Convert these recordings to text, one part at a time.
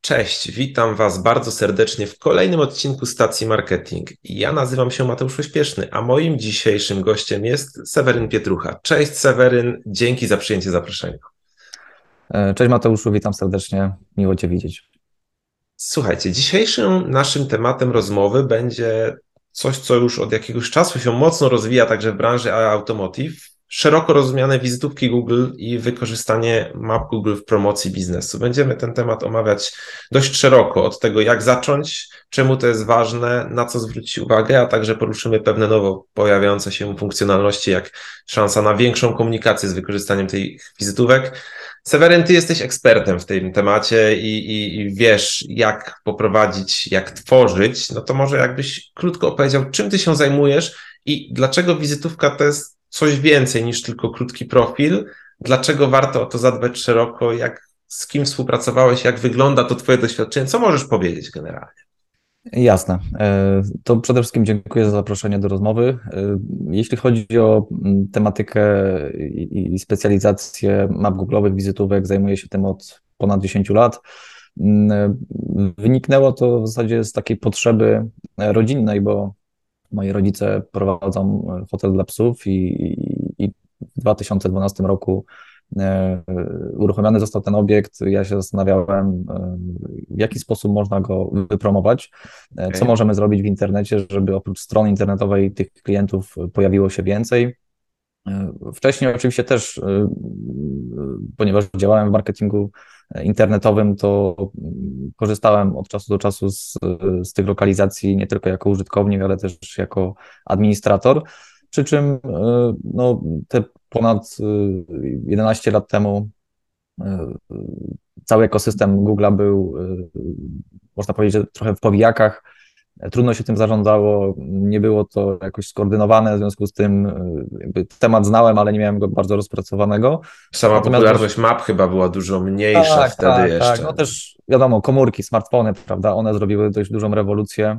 Cześć, witam Was bardzo serdecznie w kolejnym odcinku Stacji Marketing. Ja nazywam się Mateusz Ośpieszny, a moim dzisiejszym gościem jest Seweryn Pietrucha. Cześć Seweryn, dzięki za przyjęcie zaproszenia. Cześć Mateuszu, witam serdecznie, miło Cię widzieć. Słuchajcie, dzisiejszym naszym tematem rozmowy będzie coś, co już od jakiegoś czasu się mocno rozwija także w branży automotive. Szeroko rozumiane wizytówki Google i wykorzystanie map Google w promocji biznesu. Będziemy ten temat omawiać dość szeroko, od tego jak zacząć, czemu to jest ważne, na co zwrócić uwagę, a także poruszymy pewne nowo pojawiające się funkcjonalności, jak szansa na większą komunikację z wykorzystaniem tych wizytówek. Seweryn, ty jesteś ekspertem w tym temacie i wiesz, jak poprowadzić, jak tworzyć. No to może jakbyś krótko opowiedział, czym ty się zajmujesz i dlaczego wizytówka to jest coś więcej niż tylko krótki profil? Dlaczego warto o to zadbać szeroko? Z kim współpracowałeś? Jak wygląda to twoje doświadczenie? Co możesz powiedzieć generalnie? Jasne. To przede wszystkim dziękuję za zaproszenie do rozmowy. Jeśli chodzi o tematykę i specjalizację map Google'owych, wizytówek, zajmuję się tym od ponad 10 lat. Wyniknęło to w zasadzie z takiej potrzeby rodzinnej, bo moi rodzice prowadzą hotel dla psów i w 2012 roku e, uruchomiony został ten obiekt. Ja się zastanawiałem, w jaki sposób można go wypromować, co Okay. możemy zrobić w internecie, żeby oprócz strony internetowej tych klientów pojawiło się więcej. Wcześniej oczywiście też, ponieważ działałem w marketingu internetowym, to korzystałem od czasu do czasu z tych lokalizacji nie tylko jako użytkownik, ale też jako administrator. Przy czym no, te ponad 11 lat temu e, cały ekosystem Google'a był, można powiedzieć, że trochę w powijakach. Trudno się tym zarządzało, nie było to jakoś skoordynowane, w związku z tym jakby temat znałem, ale nie miałem go bardzo rozpracowanego. Sama Natomiast popularność map chyba była dużo mniejsza tak, wtedy tak, tak. No jeszcze. też wiadomo, komórki, smartfony, prawda, one zrobiły dość dużą rewolucję.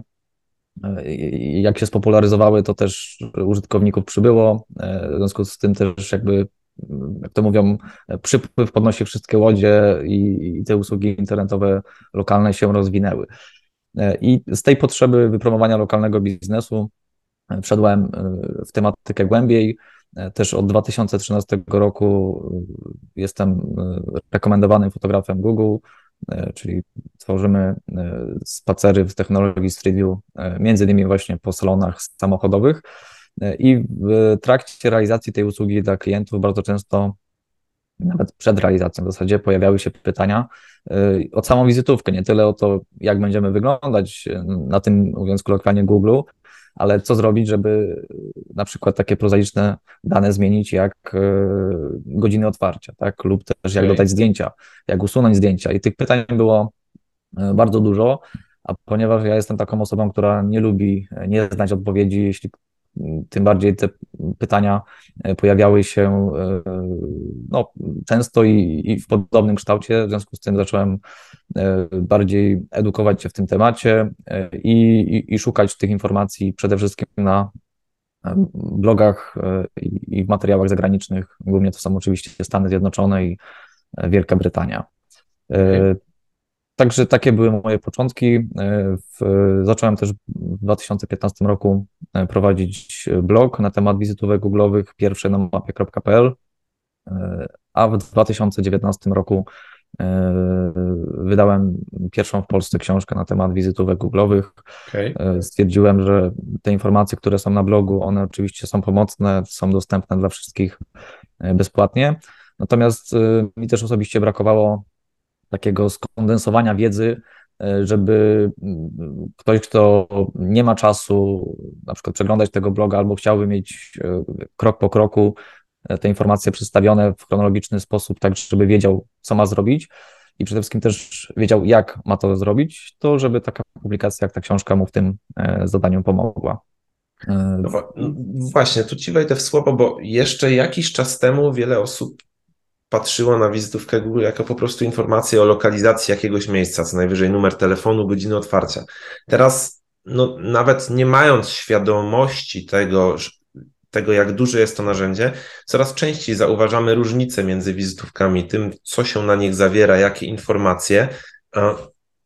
I jak się spopularyzowały, to też użytkowników przybyło. W związku z tym też jakby, jak to mówią, przypływ podnosi wszystkie łodzie i te usługi internetowe lokalne się rozwinęły. I z tej potrzeby wypromowania lokalnego biznesu wszedłem w tematykę głębiej. Też od 2013 roku jestem rekomendowanym fotografem Google, czyli tworzymy spacery w technologii Street View, między innymi właśnie po salonach samochodowych. I w trakcie realizacji tej usługi dla klientów bardzo często, nawet przed realizacją w zasadzie, pojawiały się pytania o samą wizytówkę, nie tyle o to, jak będziemy wyglądać na tym, mówiąc kolokwialnie, Google, ale co zrobić, żeby na przykład takie prozaiczne dane zmienić, jak godziny otwarcia, tak? Lub też jak Okay. dodać zdjęcia, jak usunąć zdjęcia. I tych pytań było bardzo dużo, a ponieważ ja jestem taką osobą, która nie lubi nie znać odpowiedzi, jeśli tym bardziej te pytania pojawiały się no, często i w podobnym kształcie, w związku z tym zacząłem bardziej edukować się w tym temacie i szukać tych informacji przede wszystkim na blogach i w materiałach zagranicznych. Głównie to są oczywiście Stany Zjednoczone i Wielka Brytania. Okay. Także takie były moje początki. Zacząłem też w 2015 roku prowadzić blog na temat wizytówek google'owych, pierwszy na mapie.pl, a w 2019 roku wydałem pierwszą w Polsce książkę na temat wizytówek google'owych. Okay. Stwierdziłem, że te informacje, które są na blogu, one oczywiście są pomocne, są dostępne dla wszystkich bezpłatnie. Natomiast mi też osobiście brakowało takiego skondensowania wiedzy, żeby ktoś, kto nie ma czasu na przykład przeglądać tego bloga albo chciałby mieć krok po kroku te informacje przedstawione w chronologiczny sposób, tak żeby wiedział, co ma zrobić i przede wszystkim też wiedział, jak ma to zrobić, to żeby taka publikacja jak ta książka mu w tym zadaniu pomogła. No właśnie, tu ci wejdę w słowo, bo jeszcze jakiś czas temu wiele osób patrzyło na wizytówkę Google jako po prostu informację o lokalizacji jakiegoś miejsca, co najwyżej numer telefonu, godziny otwarcia. Teraz, no, nawet nie mając świadomości tego, jak duże jest to narzędzie, coraz częściej zauważamy różnice między wizytówkami, tym, co się na nich zawiera, jakie informacje.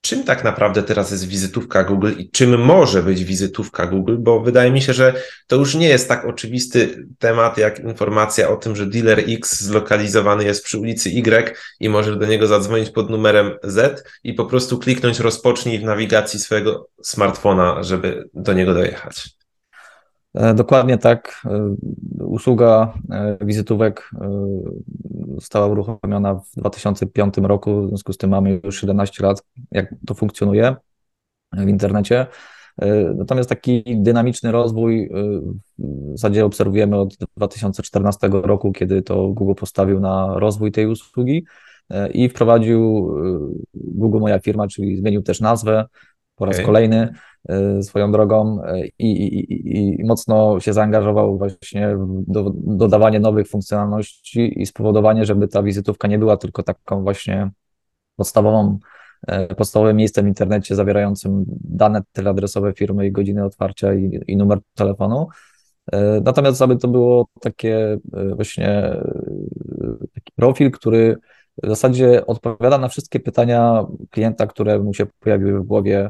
czym tak naprawdę teraz jest wizytówka Google i czym może być wizytówka Google, bo wydaje mi się, że to już nie jest tak oczywisty temat jak informacja o tym, że dealer X zlokalizowany jest przy ulicy Y i możesz do niego zadzwonić pod numerem Z i po prostu kliknąć rozpocznij w nawigacji swojego smartfona, żeby do niego dojechać. Dokładnie tak. Usługa wizytówek została uruchomiona w 2005 roku, w związku z tym mamy już 17 lat, jak to funkcjonuje w internecie. Natomiast taki dynamiczny rozwój w zasadzie obserwujemy od 2014 roku, kiedy to Google postawił na rozwój tej usługi i wprowadził Google Moja Firma, czyli zmienił też nazwę po raz Okay. kolejny swoją drogą i mocno się zaangażował właśnie w dodawanie nowych funkcjonalności i spowodowanie, żeby ta wizytówka nie była tylko taką właśnie podstawowym miejscem w internecie zawierającym dane teleadresowe firmy i godziny otwarcia i numer telefonu. Natomiast aby to było takie właśnie taki profil, który w zasadzie odpowiada na wszystkie pytania klienta, które mu się pojawiły w głowie,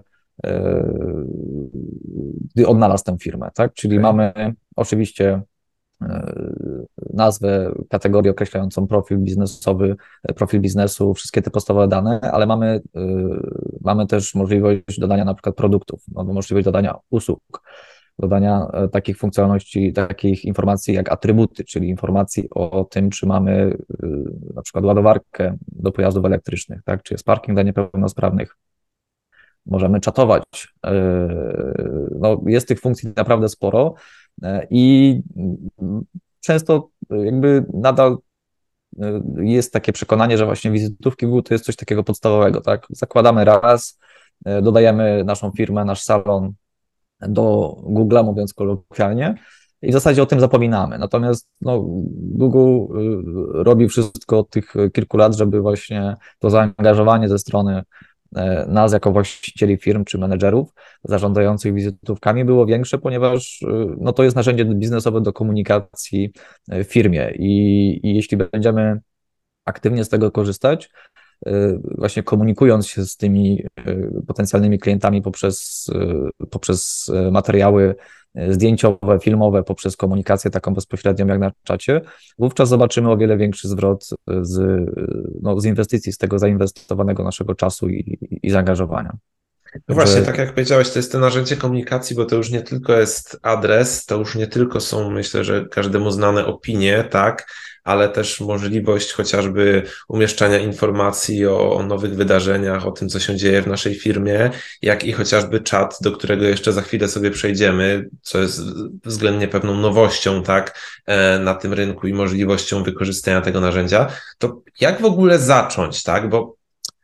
gdy odnalazł tę firmę, tak? Czyli Okay. mamy oczywiście nazwę, kategorię określającą profil biznesowy, profil biznesu, wszystkie te podstawowe dane, ale mamy też możliwość dodania na przykład produktów, mamy możliwość dodania usług, dodania takich funkcjonalności, takich informacji jak atrybuty, czyli informacji o tym, czy mamy na przykład ładowarkę do pojazdów elektrycznych, tak? Czy jest parking dla niepełnosprawnych. Możemy czatować. No, jest tych funkcji naprawdę sporo i często jakby nadal jest takie przekonanie, że właśnie wizytówki Google to jest coś takiego podstawowego, tak? Zakładamy raz, dodajemy naszą firmę, nasz salon do Google'a, mówiąc kolokwialnie, i w zasadzie o tym zapominamy. Natomiast no, Google robi wszystko od tych kilku lat, żeby właśnie to zaangażowanie ze strony nas jako właścicieli firm czy menedżerów zarządzających wizytówkami było większe, ponieważ no, to jest narzędzie biznesowe do komunikacji w firmie i jeśli będziemy aktywnie z tego korzystać, właśnie komunikując się z tymi potencjalnymi klientami poprzez materiały zdjęciowe, filmowe, poprzez komunikację taką bezpośrednią jak na czacie, wówczas zobaczymy o wiele większy zwrot z inwestycji, z tego zainwestowanego naszego czasu i zaangażowania. No właśnie, Także tak jak powiedziałeś, to jest to narzędzie komunikacji, bo to już nie tylko jest adres, to już nie tylko są, myślę, że każdemu znane opinie, tak, ale też możliwość chociażby umieszczania informacji o nowych wydarzeniach, o tym, co się dzieje w naszej firmie, jak i chociażby czat, do którego jeszcze za chwilę sobie przejdziemy, co jest względnie pewną nowością, tak, na tym rynku i możliwością wykorzystania tego narzędzia. To jak w ogóle zacząć, tak, bo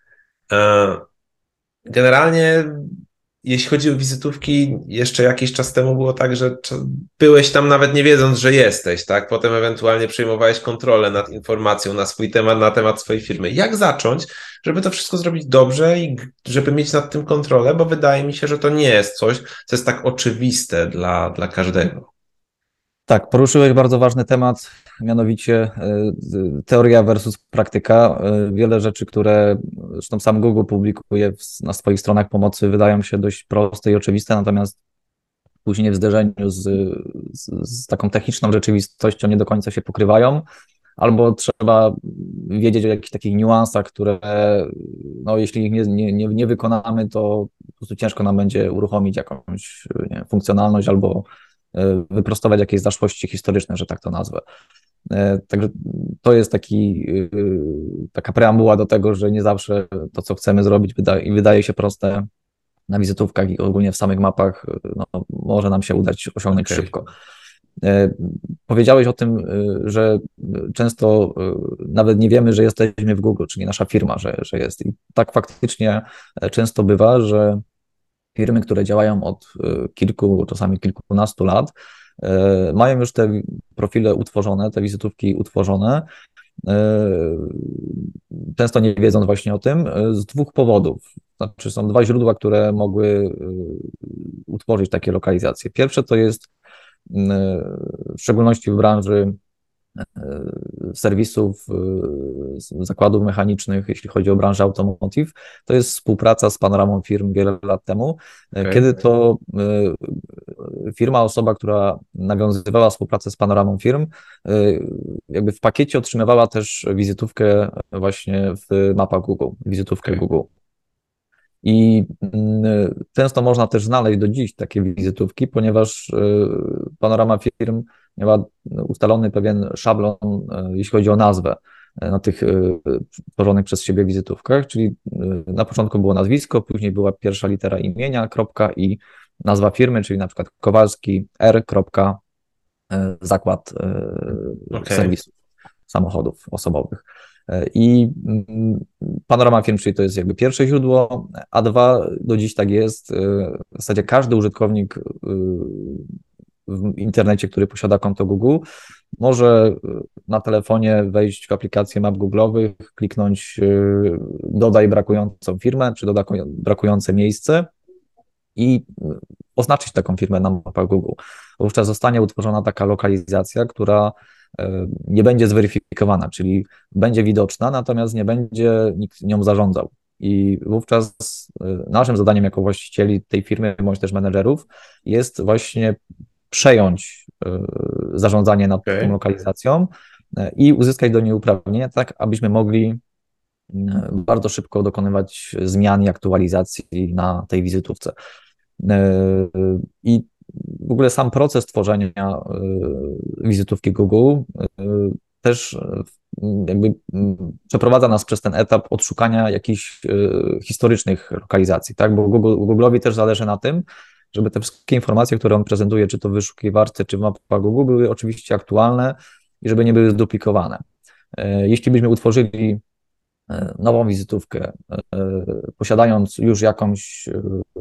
generalnie, jeśli chodzi o wizytówki, jeszcze jakiś czas temu było tak, że byłeś tam nawet nie wiedząc, że jesteś, tak? Potem ewentualnie przejmowałeś kontrolę nad informacją na swój temat, na temat swojej firmy. Jak zacząć, żeby to wszystko zrobić dobrze i żeby mieć nad tym kontrolę, bo wydaje mi się, że to nie jest coś, co jest tak oczywiste dla każdego. tak, poruszyłeś bardzo ważny temat, mianowicie teoria versus praktyka. Wiele rzeczy, które zresztą sam Google publikuje na swoich stronach pomocy, wydają się dość proste i oczywiste, natomiast później w zderzeniu z taką techniczną rzeczywistością nie do końca się pokrywają, albo trzeba wiedzieć o jakichś takich niuansach, które no, jeśli ich nie wykonamy, to po prostu ciężko nam będzie uruchomić jakąś funkcjonalność albo wyprostować jakieś zaszłości historyczne, że tak to nazwę. Także to jest taka preambuła do tego, że nie zawsze to, co chcemy zrobić, wydaje się proste na wizytówkach i ogólnie w samych mapach, no, może nam się udać osiągnąć szybko. Powiedziałeś o tym, że często nawet nie wiemy, że jesteśmy w Google, czyli nasza firma, że jest. I tak faktycznie często bywa, że firmy, które działają od kilku, czasami kilkunastu lat, mają już te profile utworzone, te wizytówki utworzone, często nie wiedząc właśnie o tym, z dwóch powodów. Znaczy są dwa źródła, które mogły utworzyć takie lokalizacje. Pierwsze to jest w szczególności w branży serwisów, zakładów mechanicznych, jeśli chodzi o branżę automotive. To jest współpraca z panoramą firm wiele lat temu, Okej. kiedy to osoba, która nawiązywała współpracę z panoramą firm, jakby w pakiecie otrzymywała też wizytówkę właśnie w mapach Google, wizytówkę Okej. Google. I często można też znaleźć do dziś takie wizytówki, ponieważ panorama firm miała ustalony pewien szablon, jeśli chodzi o nazwę na tych tworzonych przez siebie wizytówkach, czyli na początku było nazwisko, później była pierwsza litera imienia, kropka i nazwa firmy, czyli na przykład Kowalski R. Zakład Okej. serwisów samochodów osobowych. I Panorama Film, czyli to jest jakby pierwsze źródło, a dwa, do dziś tak jest, w zasadzie każdy użytkownik w internecie, który posiada konto Google, może na telefonie wejść w aplikację map Google'owych, kliknąć dodaj brakującą firmę, czy dodaj brakujące miejsce i oznaczyć taką firmę na mapach Google. Wówczas zostanie utworzona taka lokalizacja, która nie będzie zweryfikowana, czyli będzie widoczna, natomiast nie będzie nikt nią zarządzał. I wówczas naszym zadaniem jako właścicieli tej firmy, bądź też menedżerów, jest właśnie przejąć zarządzanie nad tą Okej. lokalizacją i uzyskać do niej uprawnienia, tak abyśmy mogli bardzo szybko dokonywać zmian i aktualizacji na tej wizytówce. I w ogóle sam proces tworzenia wizytówki Google też jakby przeprowadza nas przez ten etap odszukania jakichś historycznych lokalizacji, tak? Bo Google'owi też zależy na tym, żeby te wszystkie informacje, które on prezentuje, czy to w wyszukiwarce, czy w mapach Google, były oczywiście aktualne i żeby nie były zduplikowane. Jeśli byśmy utworzyli nową wizytówkę, posiadając już jakąś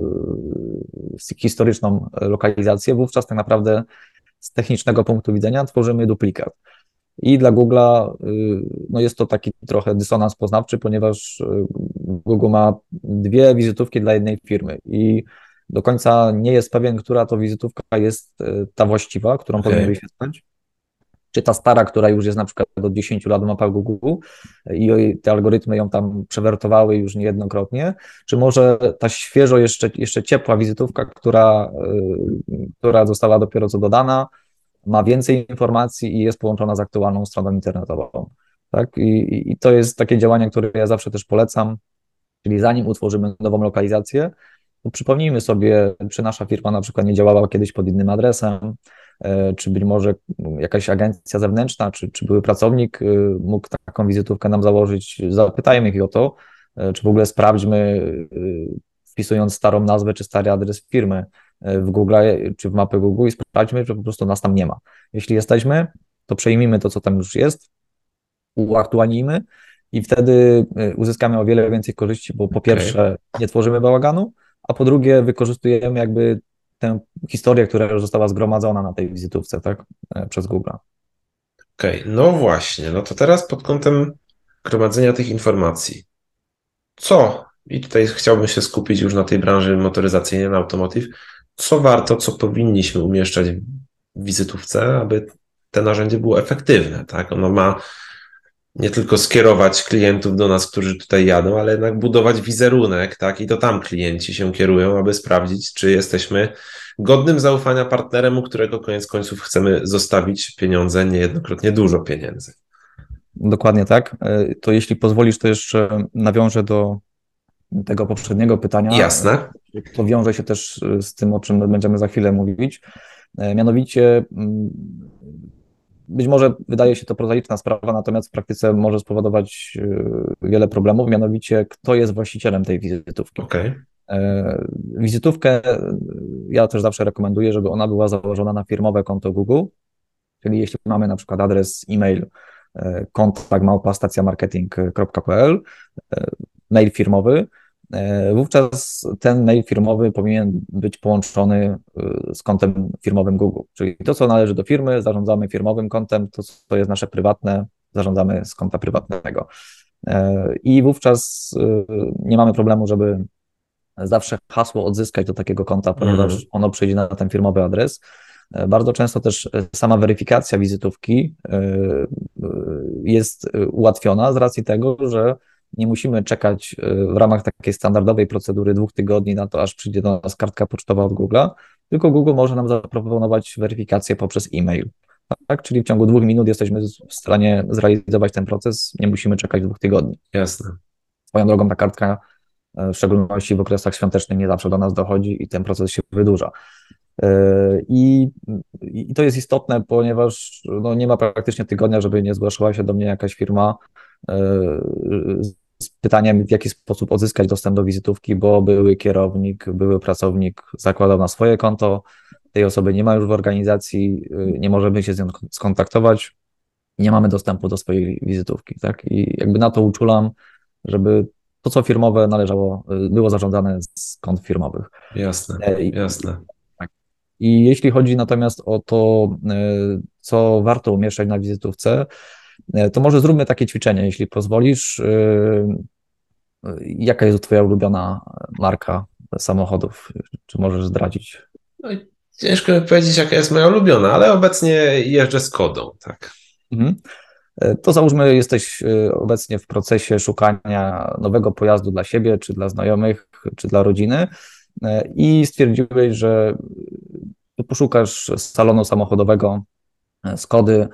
historyczną lokalizację, wówczas tak naprawdę z technicznego punktu widzenia tworzymy duplikat. I dla Google'a no jest to taki trochę dysonans poznawczy, ponieważ Google ma dwie wizytówki dla jednej firmy i do końca nie jest pewien, która to wizytówka jest ta właściwa, którą powinien Okej. wyświetlać. Czy ta stara, która już jest na przykład od 10 lat w mapach Google i te algorytmy ją tam przewertowały już niejednokrotnie, czy może ta świeżo jeszcze ciepła wizytówka, która została dopiero co dodana, ma więcej informacji i jest połączona z aktualną stroną internetową. Tak? I to jest takie działanie, które ja zawsze też polecam, czyli zanim utworzymy nową lokalizację, to przypomnijmy sobie, czy nasza firma na przykład nie działała kiedyś pod innym adresem, czy być może jakaś agencja zewnętrzna, czy były pracownik mógł taką wizytówkę nam założyć. Zapytajmy ich o to, czy w ogóle sprawdźmy, wpisując starą nazwę, czy stary adres firmy w Google, czy w mapę Google i sprawdźmy, że po prostu nas tam nie ma. Jeśli jesteśmy, to przejmijmy to, co tam już jest, uaktualnijmy i wtedy uzyskamy o wiele więcej korzyści, bo po Okej. pierwsze nie tworzymy bałaganu, a po drugie wykorzystujemy jakby tę historię, która już została zgromadzona na tej wizytówce, tak, przez Google. Okej. No właśnie. No to teraz pod kątem gromadzenia tych informacji. Co? I tutaj chciałbym się skupić już na tej branży motoryzacyjnej, na automotive. Co warto, co powinniśmy umieszczać w wizytówce, aby te narzędzie było efektywne, tak? Ono ma nie tylko skierować klientów do nas, którzy tutaj jadą, ale jednak budować wizerunek, tak? I to tam klienci się kierują, aby sprawdzić, czy jesteśmy godnym zaufania partnerem, u którego koniec końców chcemy zostawić pieniądze, niejednokrotnie dużo pieniędzy. Dokładnie tak. To jeśli pozwolisz, to jeszcze nawiążę do tego poprzedniego pytania. Jasne. To wiąże się też z tym, o czym będziemy za chwilę mówić. Mianowicie, być może wydaje się to prozaiczna sprawa, natomiast w praktyce może spowodować wiele problemów, mianowicie kto jest właścicielem tej wizytówki. Okej. Wizytówkę ja też zawsze rekomenduję, żeby ona była założona na firmowe konto Google, czyli jeśli mamy na przykład adres e-mail kontakt@stacjamarketing.pl, mail firmowy, wówczas ten mail firmowy powinien być połączony z kontem firmowym Google. Czyli to, co należy do firmy, zarządzamy firmowym kontem, to, co jest nasze prywatne, zarządzamy z konta prywatnego. I wówczas nie mamy problemu, żeby zawsze hasło odzyskać do takiego konta, ponieważ ono przyjdzie na ten firmowy adres. Bardzo często też sama weryfikacja wizytówki jest ułatwiona z racji tego, że nie musimy czekać w ramach takiej standardowej procedury 2 tygodni na to, aż przyjdzie do nas kartka pocztowa od Google'a, tylko Google może nam zaproponować weryfikację poprzez e-mail. Tak? Czyli w ciągu 2 minut jesteśmy w stanie zrealizować ten proces, nie musimy czekać 2 tygodni. Jasne. Swoją drogą ta kartka, w szczególności w okresach świątecznych, nie zawsze do nas dochodzi i ten proces się wydłuża. I to jest istotne, ponieważ no, nie ma praktycznie tygodnia, żeby nie zgłaszała się do mnie jakaś firma z pytaniem, w jaki sposób odzyskać dostęp do wizytówki, bo były kierownik, były pracownik zakładał na swoje konto, tej osoby nie ma już w organizacji, nie możemy się z nią skontaktować, nie mamy dostępu do swojej wizytówki, tak? I jakby na to uczulam, żeby to, co firmowe było zarządzane z kont firmowych. Jasne, jasne. I jeśli chodzi natomiast o to, co warto umieszczać na wizytówce, to może zróbmy takie ćwiczenie, jeśli pozwolisz. Jaka jest twoja ulubiona marka samochodów? Czy możesz zdradzić? No i ciężko mi powiedzieć, jaka jest moja ulubiona, ale obecnie jeżdżę Skodą, tak. Mhm. To załóżmy, jesteś obecnie w procesie szukania nowego pojazdu dla siebie, czy dla znajomych, czy dla rodziny i stwierdziłeś, że poszukasz salonu samochodowego Skody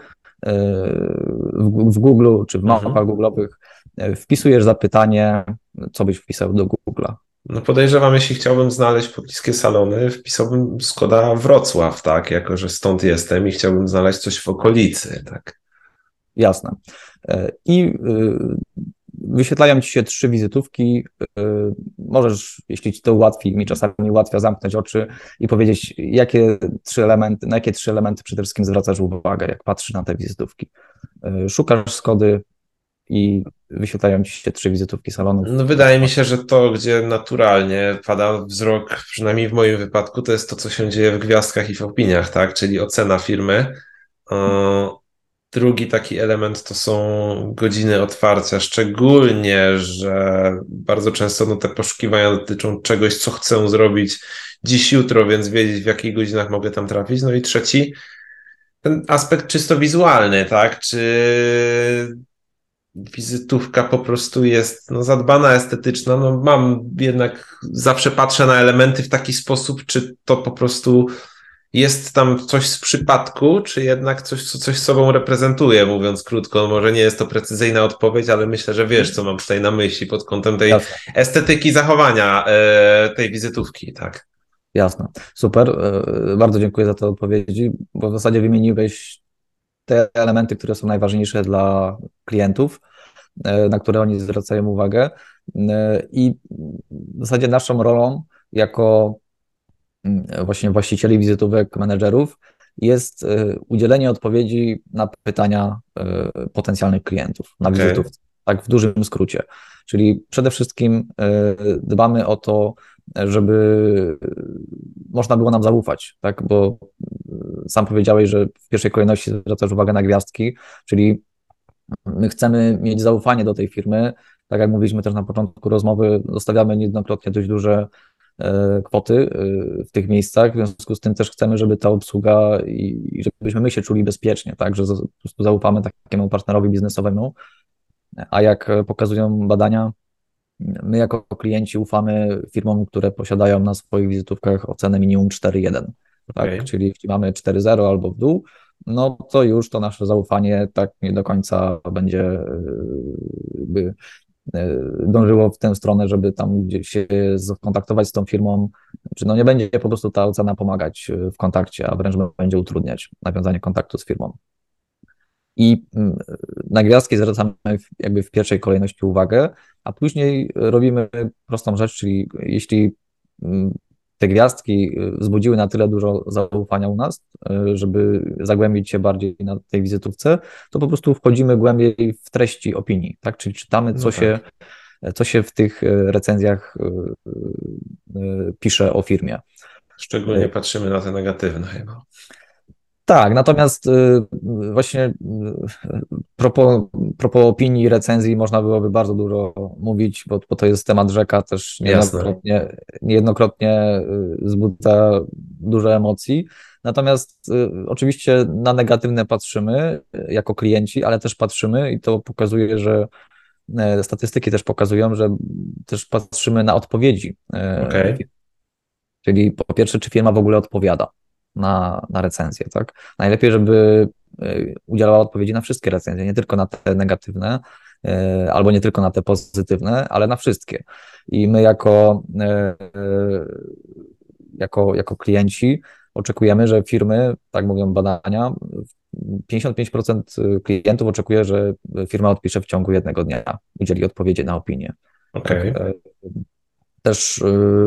w Google czy w mapach google'owych, wpisujesz zapytanie, co byś wpisał do Google'a. No podejrzewam, jeśli chciałbym znaleźć pobliskie salony, wpisałbym Skoda Wrocław, tak, jako że stąd jestem i chciałbym znaleźć coś w okolicy, tak. Jasne. I wyświetlają ci się 3 wizytówki. Możesz, jeśli ci to ułatwi, mi czasami ułatwia, zamknąć oczy i powiedzieć, na jakie 3 elementy przede wszystkim zwracasz uwagę, jak patrzysz na te wizytówki. Szukasz Skody i wyświetlają ci się 3 wizytówki salonów. No wydaje mi się, że to, gdzie naturalnie pada wzrok, przynajmniej w moim wypadku, to jest to, co się dzieje w gwiazdkach i w opiniach, tak, czyli ocena firmy. Drugi taki element to są godziny otwarcia, szczególnie, że bardzo często te poszukiwania dotyczą czegoś, co chcę zrobić dziś, jutro, więc wiedzieć, w jakich godzinach mogę tam trafić. No i trzeci, ten aspekt czysto wizualny, tak? Czy wizytówka po prostu jest zadbana, estetyczna? No mam jednak, zawsze patrzę na elementy w taki sposób, czy to po prostu jest tam coś z przypadku, czy jednak coś sobą reprezentuje, mówiąc krótko. Może nie jest to precyzyjna odpowiedź, ale myślę, że wiesz, co mam tutaj na myśli pod kątem tej estetyki zachowania tej wizytówki, tak. Jasne, super. Bardzo dziękuję za te odpowiedzi, bo w zasadzie wymieniłeś te elementy, które są najważniejsze dla klientów, na które oni zwracają uwagę. I w zasadzie naszą rolą jako właśnie właścicieli wizytówek, menedżerów, jest udzielenie odpowiedzi na pytania potencjalnych klientów na wizytówce, tak w dużym skrócie. Czyli przede wszystkim dbamy o to, żeby można było nam zaufać, tak? Bo sam powiedziałeś, że w pierwszej kolejności zwracasz uwagę na gwiazdki, czyli my chcemy mieć zaufanie do tej firmy. Tak jak mówiliśmy też na początku rozmowy, zostawiamy niejednokrotnie dość duże kwoty w tych miejscach, w związku z tym też chcemy, żeby ta obsługa i żebyśmy my się czuli bezpiecznie, tak, że po prostu zaufamy takiemu partnerowi biznesowemu, a jak pokazują badania, my jako klienci ufamy firmom, które posiadają na swoich wizytówkach ocenę minimum 4,1, tak, czyli jeśli mamy 4,0 albo w dół, no to już to nasze zaufanie tak nie do końca będzie dążyło w tę stronę, żeby tam gdzieś się skontaktować z tą firmą, czy no nie będzie po prostu ta ocena pomagać w kontakcie, a wręcz będzie utrudniać nawiązanie kontaktu z firmą. I na gwiazdki zwracamy jakby w pierwszej kolejności uwagę, a później robimy prostą rzecz, czyli jeśli te gwiazdki wzbudziły na tyle dużo zaufania u nas, żeby zagłębić się bardziej na tej wizytówce, to po prostu wchodzimy głębiej w treści opinii, tak? Czyli czytamy, co się w tych recenzjach pisze o firmie. Szczególnie patrzymy na te negatywne chyba. Tak, natomiast właśnie propos opinii i recenzji można byłoby bardzo dużo mówić, bo to jest temat rzeka, też Jasne. niejednokrotnie wzbudza dużo emocji. Natomiast oczywiście na negatywne patrzymy jako klienci, ale też patrzymy i to pokazuje, że statystyki też pokazują, że też patrzymy na odpowiedzi. Okej. Czyli po pierwsze, czy firma w ogóle odpowiada na recenzję, tak? Najlepiej, żeby udzielała odpowiedzi na wszystkie recenzje, nie tylko na te negatywne, albo nie tylko na te pozytywne, ale na wszystkie. I my jako klienci oczekujemy, że firmy, tak mówią badania, 55% klientów oczekuje, że firma odpisze w ciągu jednego dnia, udzieli odpowiedzi na opinię. Tak? Okej. Też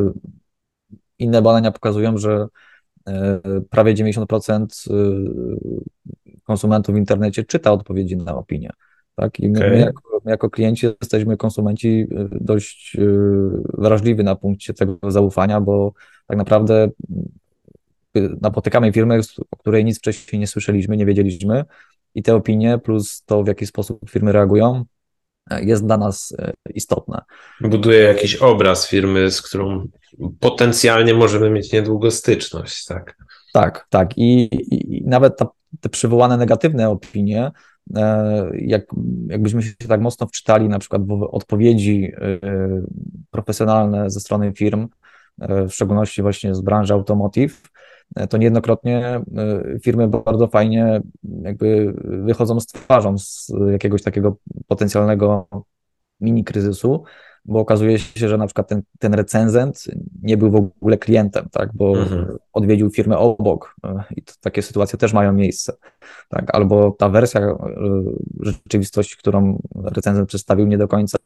inne badania pokazują, że prawie 90% konsumentów w internecie czyta odpowiedzi na opinie. Tak? I Okej. my jako klienci jesteśmy konsumenci dość wrażliwi na punkcie tego zaufania, bo tak naprawdę napotykamy firmę, o której nic wcześniej nie słyszeliśmy, nie wiedzieliśmy i te opinie plus to, w jaki sposób firmy reagują, jest dla nas istotne. Buduje jakiś obraz firmy, z którą potencjalnie możemy mieć niedługo styczność, tak? Tak, tak. I nawet te przywołane negatywne opinie, jakbyśmy się tak mocno wczytali na przykład w odpowiedzi profesjonalne ze strony firm, w szczególności właśnie z branży automotive, to niejednokrotnie firmy bardzo fajnie jakby wychodzą z twarzą z jakiegoś takiego potencjalnego mini kryzysu, bo okazuje się, że na przykład ten recenzent nie był w ogóle klientem, tak, bo Mhm. odwiedził firmę obok i takie sytuacje też mają miejsce, tak, albo ta wersja rzeczywistości, którą recenzent przedstawił, nie do końca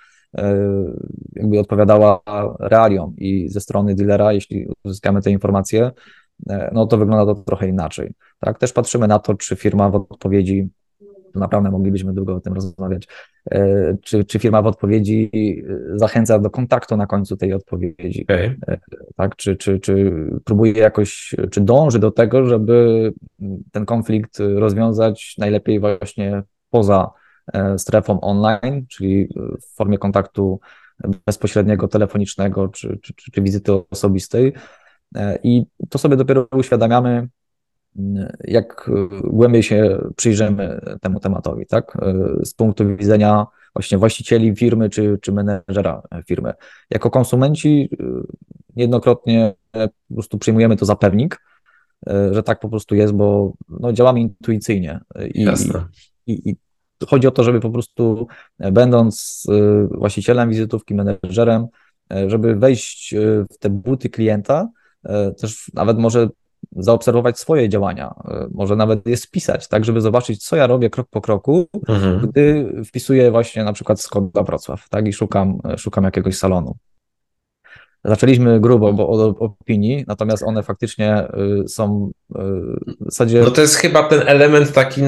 jakby odpowiadała realiom i ze strony dealera, jeśli uzyskamy te informacje, no to wygląda to trochę inaczej, tak, też patrzymy na to, czy firma w odpowiedzi, naprawdę moglibyśmy długo o tym rozmawiać, czy firma w odpowiedzi zachęca do kontaktu na końcu tej odpowiedzi, Okej. tak? Czy próbuje jakoś, czy dąży do tego, żeby ten konflikt rozwiązać najlepiej właśnie poza strefą online, czyli w formie kontaktu bezpośredniego, telefonicznego, czy wizyty osobistej. I to sobie dopiero uświadamiamy, jak głębiej się przyjrzymy temu tematowi, tak? Z punktu widzenia właśnie właścicieli firmy czy menedżera firmy. Jako konsumenci niejednokrotnie po prostu przyjmujemy to za pewnik, że tak po prostu jest, bo no, działamy intuicyjnie Jasne. i chodzi o to, żeby po prostu będąc właścicielem wizytówki, menedżerem, żeby wejść w te buty klienta, też nawet może zaobserwować swoje działania, może nawet je spisać, tak, żeby zobaczyć, co ja robię krok po kroku, Mhm. gdy wpisuję właśnie na przykład Skoda Wrocław, tak, i szukam jakiegoś salonu. Zaczęliśmy grubo bo od opinii, natomiast one faktycznie są w zasadzie No to jest chyba ten element taki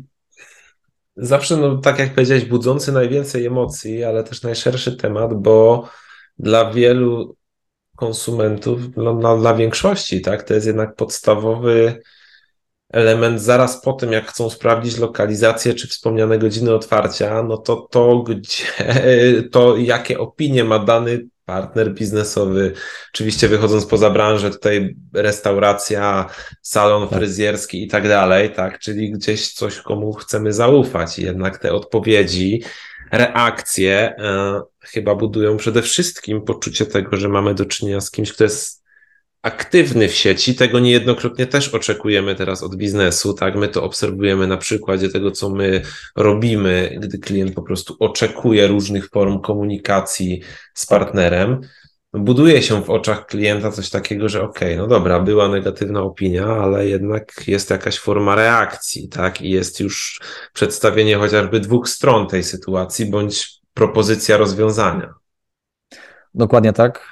zawsze, no tak jak powiedziałeś, budzący najwięcej emocji, ale też najszerszy temat, bo dla wielu konsumentów, no, dla większości, tak, to jest jednak podstawowy element zaraz po tym, jak chcą sprawdzić lokalizację czy wspomniane godziny otwarcia, no to gdzie, to jakie opinie ma dany partner biznesowy, oczywiście wychodząc poza branżę, tutaj restauracja, salon tak. fryzjerski i tak dalej, tak, czyli gdzieś coś, komu chcemy zaufać i jednak te odpowiedzi, reakcje chyba budują przede wszystkim poczucie tego, że mamy do czynienia z kimś, kto jest aktywny w sieci. Tego niejednokrotnie też oczekujemy teraz od biznesu, tak? My to obserwujemy na przykładzie tego, co my robimy, gdy klient po prostu oczekuje różnych form komunikacji z Tak. partnerem. Buduje się w oczach klienta coś takiego, że okej, no dobra, była negatywna opinia, ale jednak jest jakaś forma reakcji, tak? I jest już przedstawienie chociażby dwóch stron tej sytuacji, bądź propozycja rozwiązania. Dokładnie tak.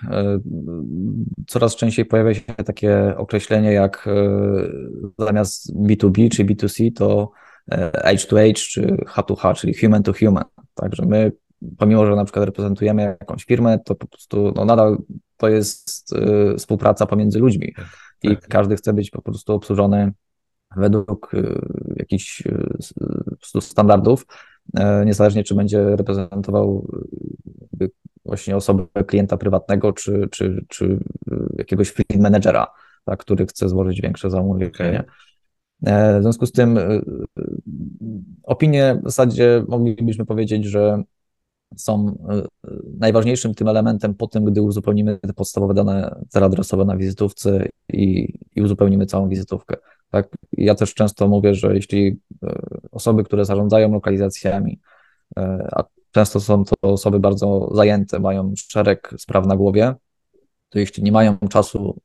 Coraz częściej pojawia się takie określenie jak zamiast B2B czy B2C to H2H czy H2H, czyli human to human. Także my, pomimo że na przykład reprezentujemy jakąś firmę, to po prostu no, nadal to jest współpraca pomiędzy ludźmi Tak, i tak. każdy chce być po prostu obsłużony według jakichś standardów, niezależnie czy będzie reprezentował właśnie osobę klienta prywatnego, czy jakiegoś fleet managera, tak, który chce złożyć większe zamówienie. Okay. W związku z tym opinie w zasadzie moglibyśmy powiedzieć, że są najważniejszym tym elementem po tym, gdy uzupełnimy te podstawowe dane teleadresowe na wizytówce i uzupełnimy całą wizytówkę. Tak? Ja też często mówię, że jeśli osoby, które zarządzają lokalizacjami, a często są to osoby bardzo zajęte, mają szereg spraw na głowie, to jeśli nie mają czasu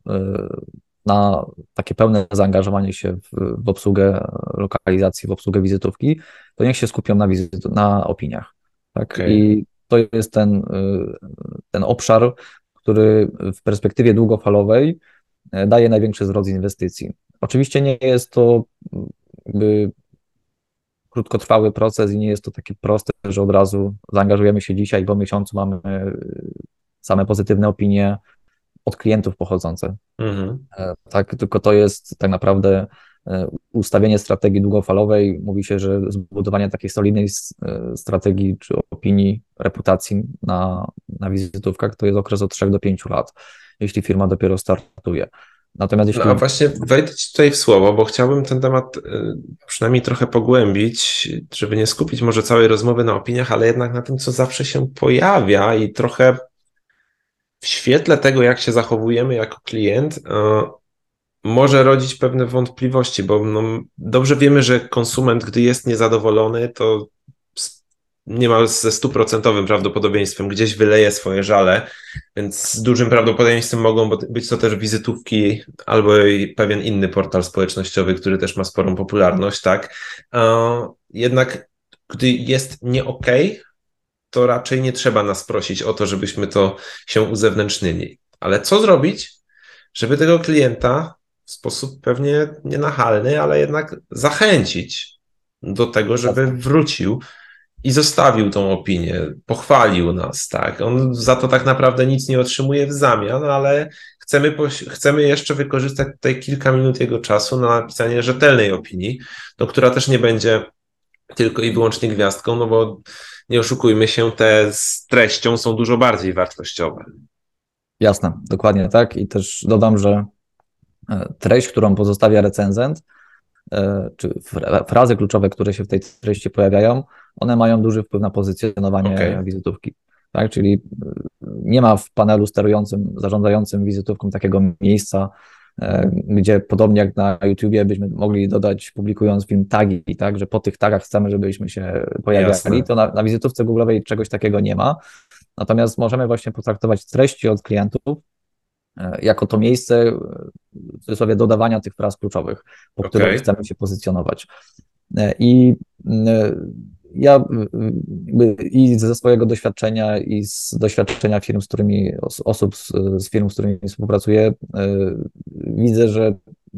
na takie pełne zaangażowanie się w obsługę lokalizacji, w obsługę wizytówki, to niech się skupią na opiniach. Tak? Okay. I to jest ten obszar, który w perspektywie długofalowej daje największy zwrot z inwestycji. Oczywiście nie jest to jakby krótkotrwały proces i nie jest to takie proste, że od razu zaangażujemy się dzisiaj i po miesiącu mamy same pozytywne opinie od klientów pochodzące. Tak, tylko to jest tak naprawdę ustawienie strategii długofalowej. Mówi się, że zbudowanie takiej solidnej strategii czy opinii, reputacji na wizytówkach to jest okres od 3 do 5 lat, jeśli firma dopiero startuje. Natomiast jeśli... No a właśnie wejdę Ci tutaj w słowo, bo chciałbym ten temat przynajmniej trochę pogłębić, żeby nie skupić może całej rozmowy na opiniach, ale jednak na tym, co zawsze się pojawia i trochę w świetle tego, jak się zachowujemy jako klient, może rodzić pewne wątpliwości, bo no, dobrze wiemy, że konsument, gdy jest niezadowolony, to niemal ze 100% prawdopodobieństwem gdzieś wyleje swoje żale, więc z dużym prawdopodobieństwem mogą być to też wizytówki albo i pewien inny portal społecznościowy, który też ma sporą popularność, tak? Jednak gdy jest nie okej, to raczej nie trzeba nas prosić o to, żebyśmy to się uzewnętrznili. Ale co zrobić, żeby tego klienta w sposób pewnie nienachalny, ale jednak zachęcić do tego, żeby wrócił i zostawił tą opinię, pochwalił nas, tak? On za to tak naprawdę nic nie otrzymuje w zamian, ale chcemy jeszcze wykorzystać tutaj kilka minut jego czasu na napisanie rzetelnej opinii, no, która też nie będzie tylko i wyłącznie gwiazdką, no bo nie oszukujmy się, te z treścią są dużo bardziej wartościowe. Jasne, dokładnie tak. I też dodam, że treść, którą pozostawia recenzent, czy frazy kluczowe, które się w tej treści pojawiają, one mają duży wpływ na pozycjonowanie wizytówki. Tak? Czyli nie ma w panelu sterującym, zarządzającym wizytówką takiego miejsca, gdzie podobnie jak na YouTubie byśmy mogli dodać, publikując film, tagi, tak? Że po tych tagach chcemy, żebyśmy się pojawiali. Jasne. To na wizytówce Google'owej czegoś takiego nie ma. Natomiast możemy właśnie potraktować treści od klientów jako to miejsce w cudzysłowie dodawania tych fraz kluczowych, po których chcemy się pozycjonować. I ja i ze swojego doświadczenia i z doświadczenia firm, z którymi osób z firm, z którymi współpracuję, widzę, że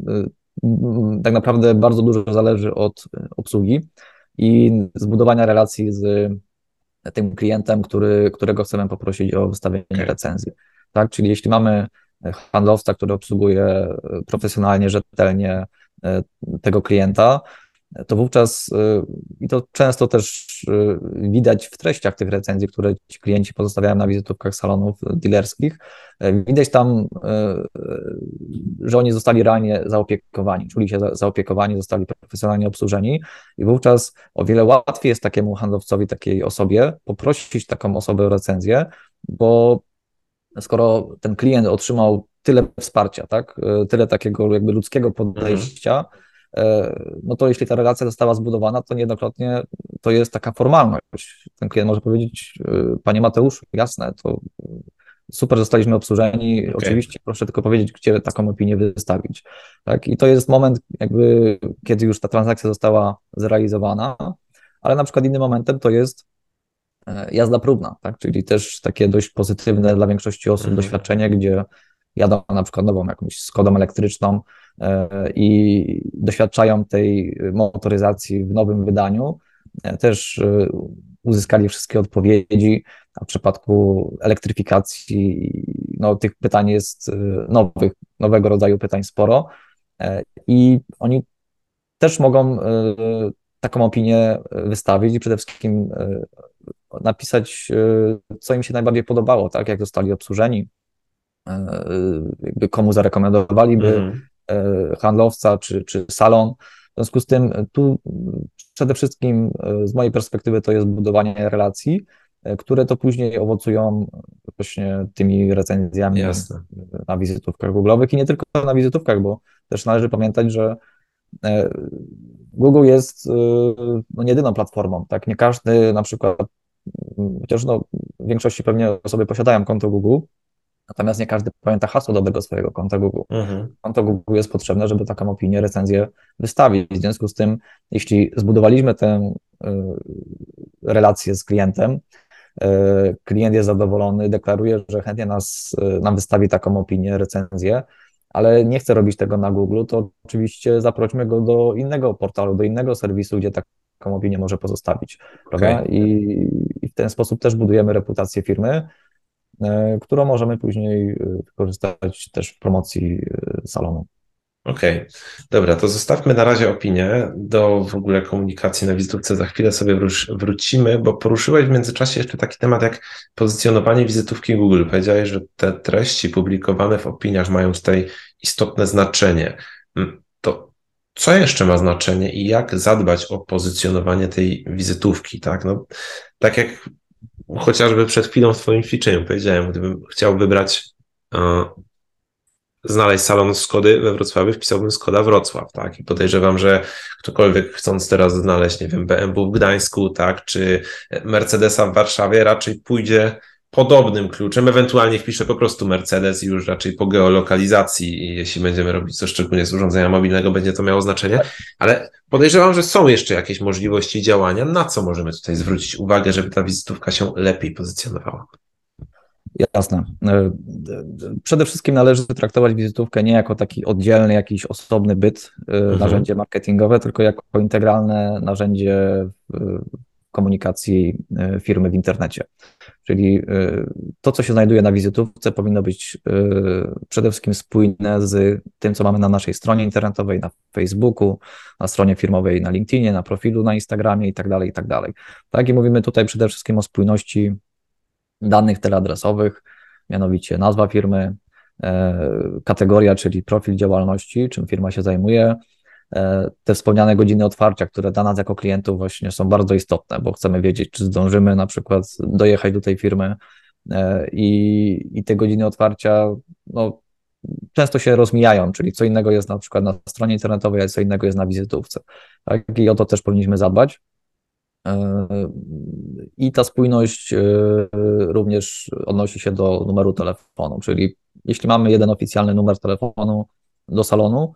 tak naprawdę bardzo dużo zależy od obsługi i zbudowania relacji z tym klientem, którego chcemy poprosić o wystawienie recenzji. Tak? Czyli jeśli mamy handlowca, który obsługuje profesjonalnie, rzetelnie tego klienta, to wówczas, i to często też widać w treściach tych recenzji, które ci klienci pozostawiają na wizytówkach salonów dealerskich, widać tam, że oni zostali realnie zaopiekowani, czuli się zaopiekowani, zostali profesjonalnie obsłużeni i wówczas o wiele łatwiej jest takiemu handlowcowi, takiej osobie poprosić taką osobę o recenzję, bo skoro ten klient otrzymał tyle wsparcia, tak, tyle takiego jakby ludzkiego podejścia, no to jeśli ta relacja została zbudowana, to niejednokrotnie to jest taka formalność. Ten klient może powiedzieć: Panie Mateuszu, jasne, to super, zostaliśmy obsłużeni, oczywiście proszę tylko powiedzieć, gdzie taką opinię wystawić. Tak? I to jest moment jakby, kiedy już ta transakcja została zrealizowana, ale na przykład innym momentem to jest jazda próbna, tak? Czyli też takie dość pozytywne dla większości osób doświadczenie, gdzie jadą na przykład nową jakąś Skodą elektryczną i doświadczają tej motoryzacji w nowym wydaniu, też uzyskali wszystkie odpowiedzi, a w przypadku elektryfikacji no, tych pytań jest nowego rodzaju pytań sporo i oni też mogą taką opinię wystawić i przede wszystkim napisać, co im się najbardziej podobało, tak, jak zostali obsłużeni, jakby komu zarekomendowaliby Mhm. handlowca czy salon. W związku z tym tu przede wszystkim z mojej perspektywy to jest budowanie relacji, które to później owocują właśnie tymi recenzjami Jasne. na wizytówkach Google'owych i nie tylko na wizytówkach, bo też należy pamiętać, że Google jest no, nie jedyną platformą, tak? Nie każdy na przykład, chociaż no, w większości pewnie osoby posiadają konto Google, natomiast nie każdy pamięta hasło do tego swojego konta Google. Mhm. Konto Google jest potrzebne, żeby taką opinię, recenzję wystawić. W związku z tym, jeśli zbudowaliśmy tę relację z klientem, klient jest zadowolony, deklaruje, że chętnie nam wystawi taką opinię, recenzję, ale nie chce robić tego na Google, to oczywiście zaprośmy go do innego portalu, do innego serwisu, gdzie taką opinię może pozostawić, prawda? Okej. I w ten sposób też budujemy reputację firmy, którą możemy później wykorzystać też w promocji salonu. Okej, dobra, to zostawmy na razie opinię do w ogóle komunikacji na wizytówce. Za chwilę sobie wrócimy, bo poruszyłeś w międzyczasie jeszcze taki temat jak pozycjonowanie wizytówki Google. Powiedziałeś, że te treści publikowane w opiniach mają tutaj istotne znaczenie. To co jeszcze ma znaczenie i jak zadbać o pozycjonowanie tej wizytówki, tak? No, tak jak chociażby przed chwilą w Twoim ćwiczeniu powiedziałem, gdybym chciał wybrać znaleźć salon Skody we Wrocławiu, wpisałbym Skoda Wrocław, tak? I podejrzewam, że ktokolwiek chcąc teraz znaleźć, nie wiem, BMW w Gdańsku, tak, czy Mercedesa w Warszawie, raczej pójdzie podobnym kluczem, ewentualnie wpisze po prostu Mercedes i już raczej po geolokalizacji, i jeśli będziemy robić coś szczególnie z urządzenia mobilnego, będzie to miało znaczenie, ale podejrzewam, że są jeszcze jakieś możliwości działania, na co możemy tutaj zwrócić uwagę, żeby ta wizytówka się lepiej pozycjonowała. Jasne. Przede wszystkim należy traktować wizytówkę nie jako taki oddzielny, jakiś osobny byt, Mhm. narzędzie marketingowe, tylko jako integralne narzędzie komunikacji firmy w internecie. Czyli to, co się znajduje na wizytówce, powinno być przede wszystkim spójne z tym, co mamy na naszej stronie internetowej, na Facebooku, na stronie firmowej, na LinkedInie, na profilu na Instagramie i tak dalej, i tak dalej. Tak, i mówimy tutaj przede wszystkim o spójności danych teleadresowych, mianowicie nazwa firmy, kategoria, czyli profil działalności, czym firma się zajmuje, te wspomniane godziny otwarcia, które dla nas jako klientów właśnie są bardzo istotne, bo chcemy wiedzieć, czy zdążymy na przykład dojechać do tej firmy i te godziny otwarcia no, często się rozmijają, czyli co innego jest na przykład na stronie internetowej, a co innego jest na wizytówce. Tak? I o to też powinniśmy zadbać. I ta spójność również odnosi się do numeru telefonu, czyli jeśli mamy jeden oficjalny numer telefonu do salonu,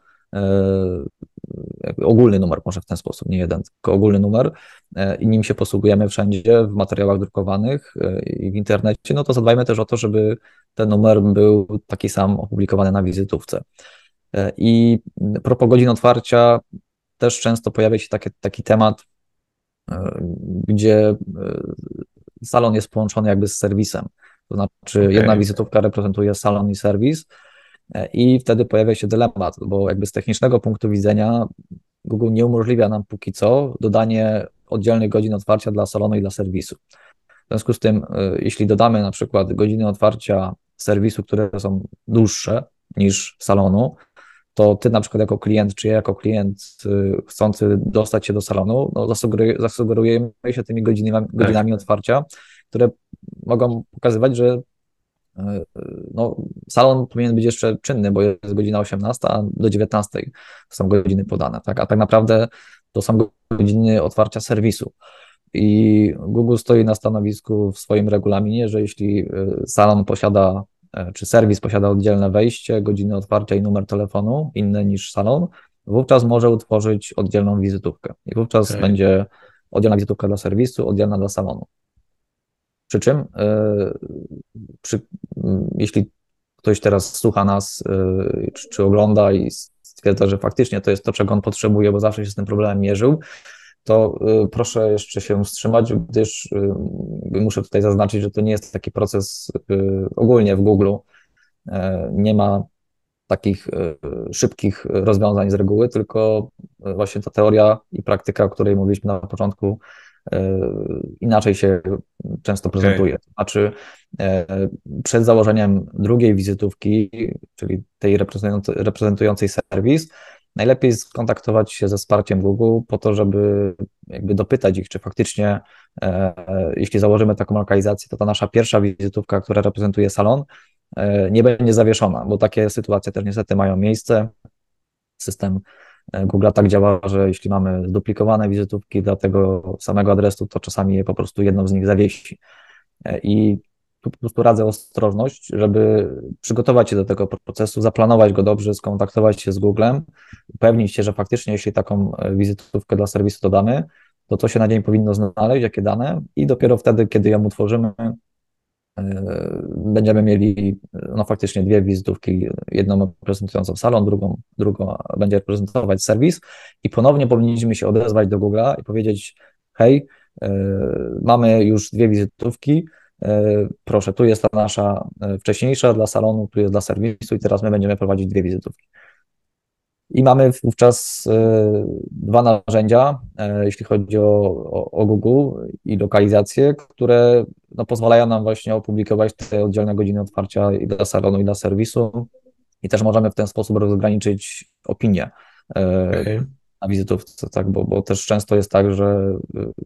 jakby ogólny numer, może w ten sposób, nie jeden, tylko ogólny numer i nim się posługujemy wszędzie w materiałach drukowanych i w internecie, no to zadbajmy też o to, żeby ten numer był taki sam opublikowany na wizytówce. I propos godzin otwarcia, też często pojawia się taki temat, gdzie salon jest połączony jakby z serwisem. To znaczy jedna Okej. wizytówka reprezentuje salon i serwis i wtedy pojawia się dylemat, bo jakby z technicznego punktu widzenia Google nie umożliwia nam póki co dodanie oddzielnych godzin otwarcia dla salonu i dla serwisu. W związku z tym, jeśli dodamy na przykład godziny otwarcia serwisu, które są dłuższe niż salonu, to ty na przykład jako klient, czy ja jako klient chcący dostać się do salonu, no zasugerujemy się tymi Tak. godzinami otwarcia, które mogą pokazywać, że no, salon powinien być jeszcze czynny, bo jest godzina 18, a do 19 są godziny podane, tak? A tak naprawdę to są godziny otwarcia serwisu. I Google stoi na stanowisku w swoim regulaminie, że jeśli salon posiada czy serwis posiada oddzielne wejście, godziny otwarcia i numer telefonu inny niż salon, wówczas może utworzyć oddzielną wizytówkę. I wówczas Okej. będzie oddzielna wizytówka dla serwisu, oddzielna dla salonu. Przy czym, przy, jeśli ktoś teraz słucha nas czy ogląda i stwierdza, że faktycznie to jest to, czego on potrzebuje, bo zawsze się z tym problemem mierzył, to proszę jeszcze się wstrzymać, gdyż muszę tutaj zaznaczyć, że to nie jest taki proces ogólnie w Google. Nie ma takich szybkich rozwiązań z reguły, tylko właśnie ta teoria i praktyka, o której mówiliśmy na początku, inaczej się często prezentuje. To znaczy, przed założeniem drugiej wizytówki, czyli tej reprezentującej serwis, najlepiej skontaktować się ze wsparciem Google po to, żeby jakby dopytać ich, czy faktycznie, jeśli założymy taką lokalizację, to ta nasza pierwsza wizytówka, która reprezentuje salon, nie będzie zawieszona, bo takie sytuacje też niestety mają miejsce. System Google tak działa, że jeśli mamy zduplikowane wizytówki dla tego samego adresu, to czasami je po prostu jedną z nich zawiesi. I tu po prostu radzę ostrożność, żeby przygotować się do tego procesu, zaplanować go dobrze, skontaktować się z Googlem, upewnić się, że faktycznie jeśli taką wizytówkę dla serwisu dodamy, to co się na dzień powinno znaleźć, jakie dane i dopiero wtedy, kiedy ją utworzymy, będziemy mieli no faktycznie dwie wizytówki, jedną reprezentującą salon, drugą będzie reprezentować serwis i ponownie powinniśmy się odezwać do Google'a i powiedzieć: hej, mamy już dwie wizytówki, proszę, tu jest ta nasza wcześniejsza dla salonu, tu jest dla serwisu i teraz my będziemy prowadzić dwie wizytówki. I mamy wówczas dwa narzędzia, jeśli chodzi o Google i lokalizację, które no, pozwalają nam właśnie opublikować te oddzielne godziny otwarcia i dla salonu, i dla serwisu. I też możemy w ten sposób rozgraniczyć opinie na wizytówce, tak? Bo też często jest tak, że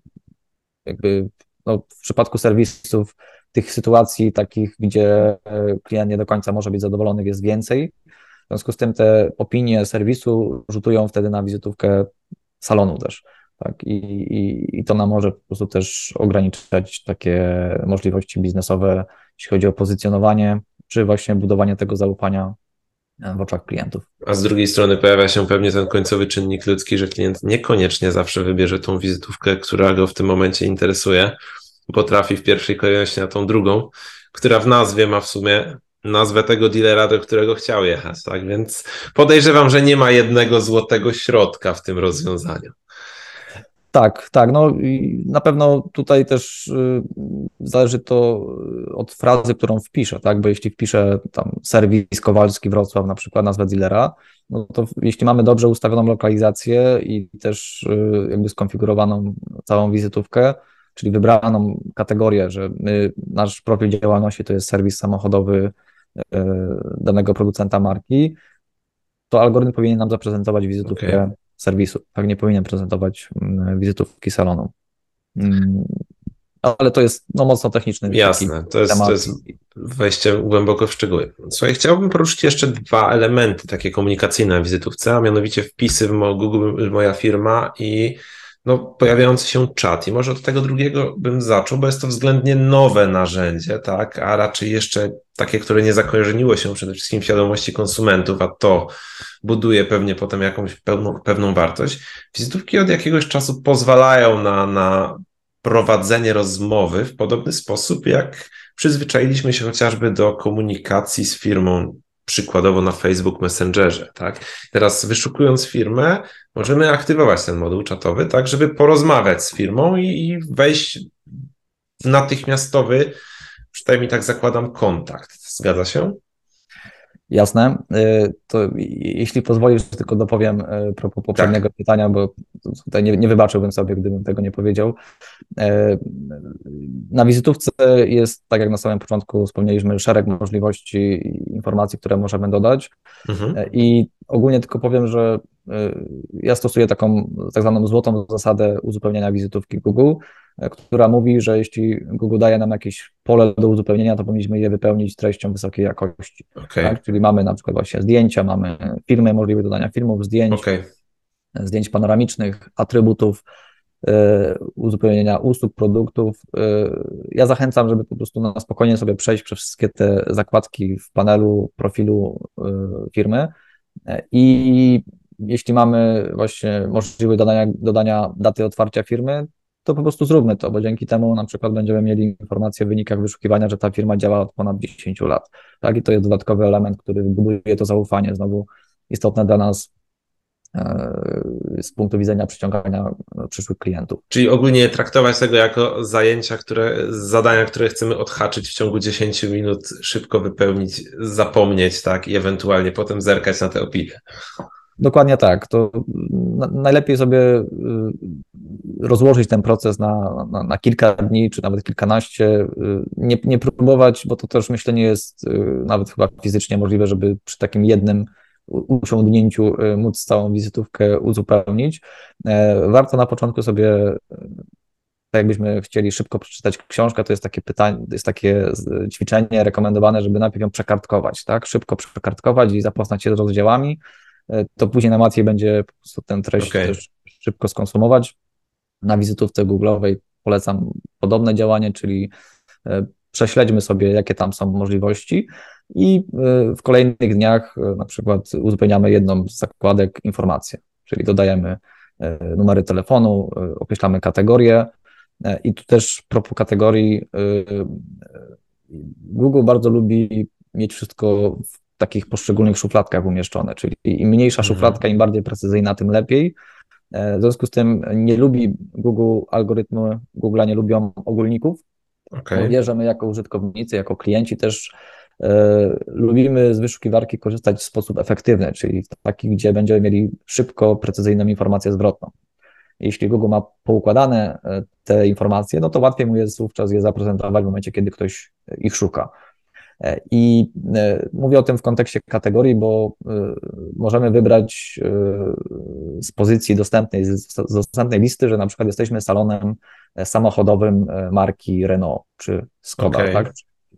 jakby no, w przypadku serwisów tych sytuacji takich, gdzie klient nie do końca może być zadowolony, jest więcej. W związku z tym te opinie serwisu rzutują wtedy na wizytówkę salonu też. Tak? I to nam może po prostu też ograniczać takie możliwości biznesowe, jeśli chodzi o pozycjonowanie, czy właśnie budowanie tego zaufania w oczach klientów. A z drugiej strony pojawia się pewnie ten końcowy czynnik ludzki, że klient niekoniecznie zawsze wybierze tą wizytówkę, która go w tym momencie interesuje, bo trafi w pierwszej kolejności na tą drugą, która w nazwie ma w sumie nazwę tego dealera, do którego chciał jechać, tak? Więc podejrzewam, że nie ma jednego złotego środka w tym rozwiązaniu. Tak, tak. No i na pewno tutaj też zależy to od frazy, którą wpiszę, tak? Bo jeśli wpiszę tam serwis Kowalski Wrocław, na przykład nazwę dealera, no to jeśli mamy dobrze ustawioną lokalizację i też jakby skonfigurowaną całą wizytówkę, czyli wybraną kategorię, że nasz profil działalności to jest serwis samochodowy danego producenta marki, to algorytm powinien nam zaprezentować wizytówkę serwisu, tak, nie powinien prezentować wizytówki salonu. Ale to jest no, mocno techniczny Jasne, to jest wejście głęboko w szczegóły. Słuchaj, chciałbym poruszyć jeszcze dwa elementy takie komunikacyjne na wizytówce, a mianowicie wpisy w Google Moja Firma i no, pojawiający się czat. I może od tego drugiego bym zaczął, bo jest to względnie nowe narzędzie, tak, a raczej jeszcze takie, które nie zakorzeniło się przede wszystkim w świadomości konsumentów, a to buduje pewnie potem jakąś pewną wartość. Wizytówki od jakiegoś czasu pozwalają na prowadzenie rozmowy w podobny sposób, jak przyzwyczailiśmy się chociażby do komunikacji z firmą, przykładowo na Facebook Messengerze, tak? Teraz wyszukując firmę, możemy aktywować ten moduł czatowy, tak, żeby porozmawiać z firmą i wejść w natychmiastowy, przynajmniej tak zakładam, kontakt. Zgadza się? Jasne. To jeśli pozwolisz, tylko dopowiem propos poprzedniego pytania, bo tutaj nie wybaczyłbym sobie, gdybym tego nie powiedział. Na wizytówce jest, tak jak na samym początku wspomnieliśmy, szereg możliwości i informacji, które możemy dodać. I ogólnie tylko powiem, że ja stosuję taką tak zwaną złotą zasadę uzupełniania wizytówki Google, która mówi, że jeśli Google daje nam jakieś pole do uzupełnienia, to powinniśmy je wypełnić treścią wysokiej jakości. Tak? Czyli mamy na przykład właśnie zdjęcia, mamy filmy, możliwość dodania filmów, zdjęć panoramicznych, atrybutów, uzupełnienia usług, produktów. Ja zachęcam, żeby po prostu na spokojnie sobie przejść przez wszystkie te zakładki w panelu profilu firmy i jeśli mamy właśnie możliwość dodania daty otwarcia firmy, to po prostu zróbmy to, bo dzięki temu na przykład będziemy mieli informacje o wynikach wyszukiwania, że ta firma działa od ponad 10 lat. Tak? I to jest dodatkowy element, który buduje to zaufanie. Znowu istotne dla nas z punktu widzenia przyciągania przyszłych klientów. Czyli ogólnie traktować tego jako zajęcia, zadania, które chcemy odhaczyć w ciągu 10 minut, szybko wypełnić, zapomnieć, tak, i ewentualnie potem zerkać na te opinie. Dokładnie tak. To najlepiej sobie rozłożyć ten proces na kilka dni, czy nawet kilkanaście. Nie próbować, bo to też myślę nie jest nawet chyba fizycznie możliwe, żeby przy takim jednym usiądnięciu móc całą wizytówkę uzupełnić. Warto na początku sobie, tak jakbyśmy chcieli szybko przeczytać książkę, to jest takie pytanie, jest takie ćwiczenie rekomendowane, żeby najpierw ją przekartkować, tak? Szybko przekartkować i zapoznać się z rozdziałami. To później najłatwiej będzie po prostu tę treść też szybko skonsumować. Na wizytówce Google'owej polecam podobne działanie, czyli prześledźmy sobie, jakie tam są możliwości i w kolejnych dniach na przykład uzupełniamy jedną z zakładek informacje, czyli dodajemy numery telefonu, określamy kategorie i tu też propos kategorii Google bardzo lubi mieć wszystko w takich poszczególnych szufladkach umieszczone, czyli im mniejsza szufladka, im bardziej precyzyjna, tym lepiej. W związku z tym nie lubi algorytmy Google'a nie lubią ogólników. Wie, że my jako użytkownicy, jako klienci też lubimy z wyszukiwarki korzystać w sposób efektywny, czyli taki, gdzie będziemy mieli szybko, precyzyjną informację zwrotną. Jeśli Google ma poukładane te informacje, no to łatwiej mu jest wówczas je zaprezentować w momencie, kiedy ktoś ich szuka. I mówię o tym w kontekście kategorii, bo możemy wybrać z pozycji dostępnej, z dostępnej listy, że na przykład jesteśmy salonem samochodowym marki Renault czy Skoda, tak?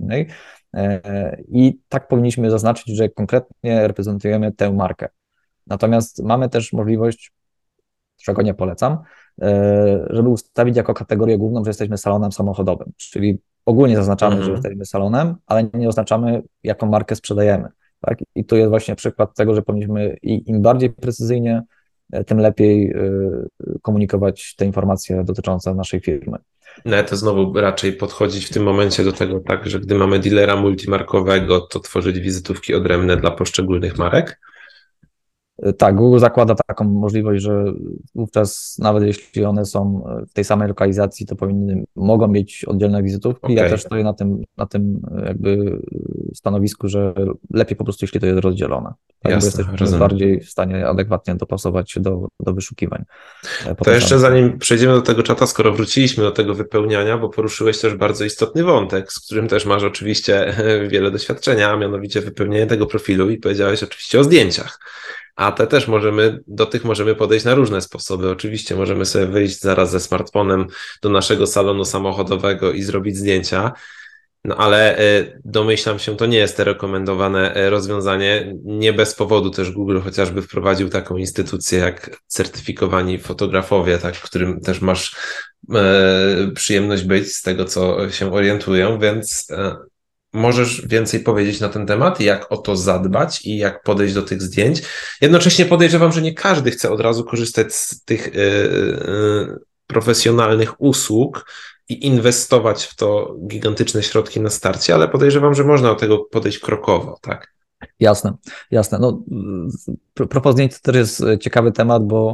I tak powinniśmy zaznaczyć, że konkretnie reprezentujemy tę markę. Natomiast mamy też możliwość, czego nie polecam, żeby ustawić jako kategorię główną, że jesteśmy salonem samochodowym, czyli ogólnie zaznaczamy, że jesteśmy salonem, ale nie oznaczamy, jaką markę sprzedajemy. Tak? I tu jest właśnie przykład tego, że powinniśmy im bardziej precyzyjnie, tym lepiej komunikować te informacje dotyczące naszej firmy. No to znowu raczej podchodzić w tym momencie do tego tak, że gdy mamy dealera multimarkowego, to tworzyć wizytówki odrębne dla poszczególnych marek? Tak, Google zakłada taką możliwość, że wówczas nawet jeśli one są w tej samej lokalizacji, to mogą mieć oddzielne wizytówki. Ja też stoję na tym jakby stanowisku, że lepiej po prostu, jeśli to jest rozdzielone. Tak, bo jesteśmy bardziej w stanie adekwatnie dopasować się do wyszukiwań. To jeszcze zanim przejdziemy do tego czata, skoro wróciliśmy do tego wypełniania, bo poruszyłeś też bardzo istotny wątek, z którym też masz oczywiście wiele doświadczenia, a mianowicie wypełnienie tego profilu i powiedziałeś oczywiście o zdjęciach. A do tych możemy podejść na różne sposoby. Oczywiście możemy sobie wyjść zaraz ze smartfonem do naszego salonu samochodowego i zrobić zdjęcia, no ale domyślam się, to nie jest te rekomendowane rozwiązanie. Nie bez powodu też Google chociażby wprowadził taką instytucję jak certyfikowani fotografowie, tak, w którym też masz przyjemność być z tego, co się orientują, więc możesz więcej powiedzieć na ten temat, jak o to zadbać i jak podejść do tych zdjęć. Jednocześnie podejrzewam, że nie każdy chce od razu korzystać z tych profesjonalnych usług i inwestować w to gigantyczne środki na starcie, ale podejrzewam, że można do tego podejść krokowo, tak? Jasne. No, propos zdjęć to też jest ciekawy temat, bo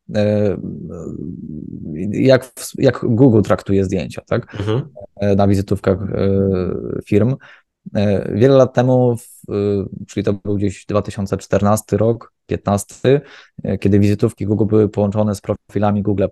jak Google traktuje zdjęcia, tak? Na wizytówkach firm. Wiele lat temu, czyli to był gdzieś 2014 rok, 2015, kiedy wizytówki Google były połączone z profilami Google+,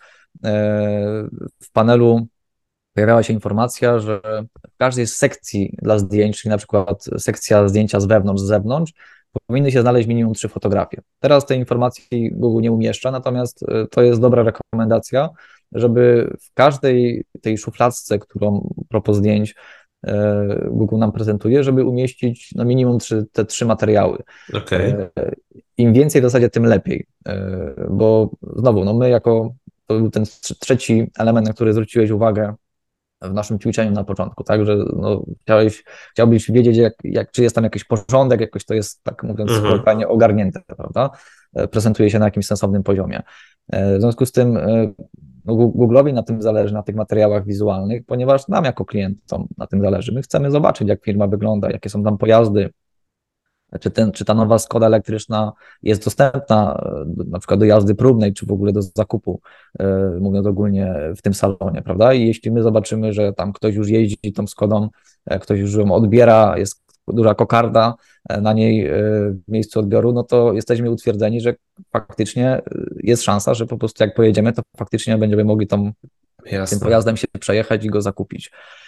w panelu pojawiała się informacja, że w każdej z sekcji dla zdjęć, czyli na przykład sekcja zdjęcia z wewnątrz, z zewnątrz, powinny się znaleźć minimum 3 fotografie. Teraz tej informacji Google nie umieszcza, natomiast to jest dobra rekomendacja, żeby w każdej tej szufladce, którą propos zdjęć Google nam prezentuje, żeby umieścić no minimum te 3 materiały. Im więcej w zasadzie, tym lepiej, bo znowu, no my to był ten trzeci element, na który zwróciłeś uwagę w naszym ćwiczeniu na początku, tak, że no, chciałbyś wiedzieć, czy jest tam jakiś porządek, jakoś to jest, tak mówiąc, kolokwialnie ogarnięte, prawda, prezentuje się na jakimś sensownym poziomie. W związku z tym no, Google'owi na tym zależy, na tych materiałach wizualnych, ponieważ nam jako klientom na tym zależy. My chcemy zobaczyć, jak firma wygląda, jakie są tam pojazdy, czy ta nowa Skoda elektryczna jest dostępna na przykład do jazdy próbnej, czy w ogóle do zakupu, mówiąc ogólnie, w tym salonie, prawda? I jeśli my zobaczymy, że tam ktoś już jeździ tą Skodą, ktoś już ją odbiera, jest duża kokarda na niej w miejscu odbioru, no to jesteśmy utwierdzeni, że faktycznie jest szansa, że po prostu jak pojedziemy, to faktycznie będziemy mogli tym Jasne. pojazdem się przejechać i go zakupić.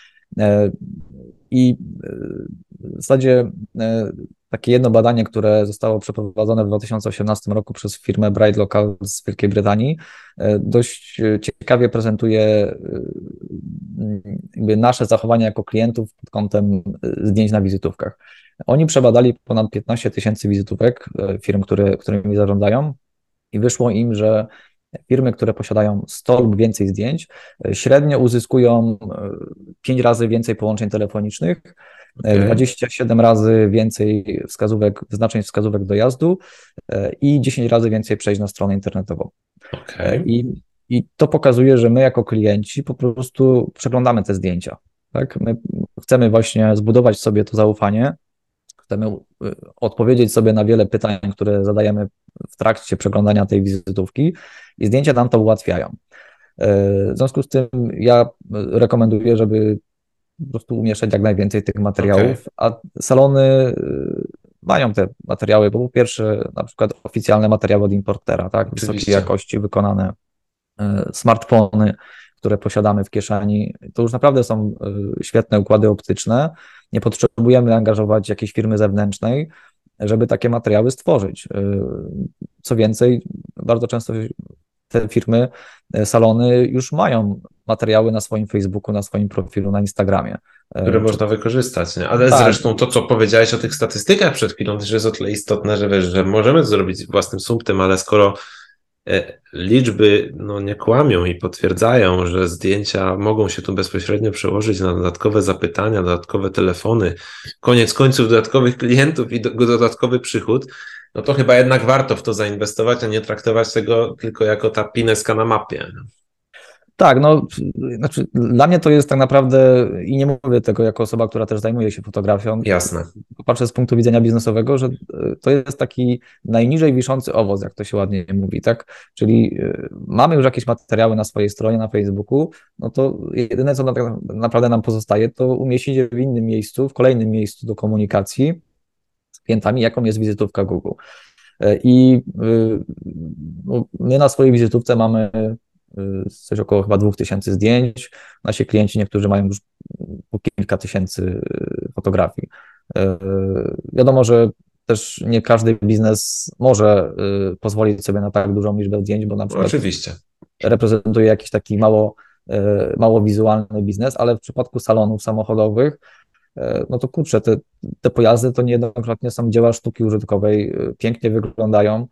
I w zasadzie takie jedno badanie, które zostało przeprowadzone w 2018 roku przez firmę Bright Local z Wielkiej Brytanii, dość ciekawie prezentuje jakby nasze zachowania jako klientów pod kątem zdjęć na wizytówkach. Oni przebadali ponad 15 tysięcy wizytówek firm, którymi zarządzają, i wyszło im, że firmy, które posiadają 100 lub więcej zdjęć, średnio uzyskują 5 razy więcej połączeń telefonicznych, 27 razy więcej wyznaczeń wskazówek dojazdu i 10 razy więcej przejść na stronę internetową. I to pokazuje, że my jako klienci po prostu przeglądamy te zdjęcia. Tak? My chcemy właśnie zbudować sobie to zaufanie, chcemy odpowiedzieć sobie na wiele pytań, które zadajemy w trakcie przeglądania tej wizytówki, i zdjęcia nam to ułatwiają. W związku z tym ja rekomenduję, żeby po prostu umieszczać jak najwięcej tych materiałów, a salony mają te materiały, bo po pierwsze na przykład oficjalne materiały od importera, tak, wysokiej jakości wykonane, smartfony, które posiadamy w kieszeni, to już naprawdę są świetne układy optyczne. Nie potrzebujemy angażować jakiejś firmy zewnętrznej, żeby takie materiały stworzyć. Co więcej, bardzo często te firmy, salony już mają materiały na swoim Facebooku, na swoim profilu, na Instagramie. Które można wykorzystać, nie? Ale tak. Zresztą to, co powiedziałeś o tych statystykach przed chwilą, też jest o tyle istotne, że wiesz, że możemy to zrobić własnym sumptem, ale skoro liczby nie kłamią i potwierdzają, że zdjęcia mogą się tu bezpośrednio przełożyć na dodatkowe zapytania, dodatkowe telefony, koniec końców dodatkowych klientów i dodatkowy przychód, no to chyba jednak warto w to zainwestować, a nie traktować tego tylko jako ta pineska na mapie. Tak, znaczy dla mnie to jest tak naprawdę, i nie mówię tego jako osoba, która też zajmuje się fotografią. Jasne. Patrzę z punktu widzenia biznesowego, że to jest taki najniżej wiszący owoc, jak to się ładnie mówi, tak? Czyli mamy już jakieś materiały na swojej stronie, na Facebooku, no to jedyne, co naprawdę nam pozostaje, to umieścić je w innym miejscu, w kolejnym miejscu do komunikacji z klientami, jaką jest wizytówka Google. I my na swojej wizytówce mamy coś około chyba 2000 zdjęć. Nasi klienci, niektórzy mają już po kilka tysięcy fotografii. Wiadomo, że też nie każdy biznes może pozwolić sobie na tak dużą liczbę zdjęć, bo na przykład oczywiście reprezentuje jakiś taki mało wizualny biznes, ale w przypadku salonów samochodowych, no to kurczę, te pojazdy to niejednokrotnie są dzieła sztuki użytkowej, pięknie wyglądają.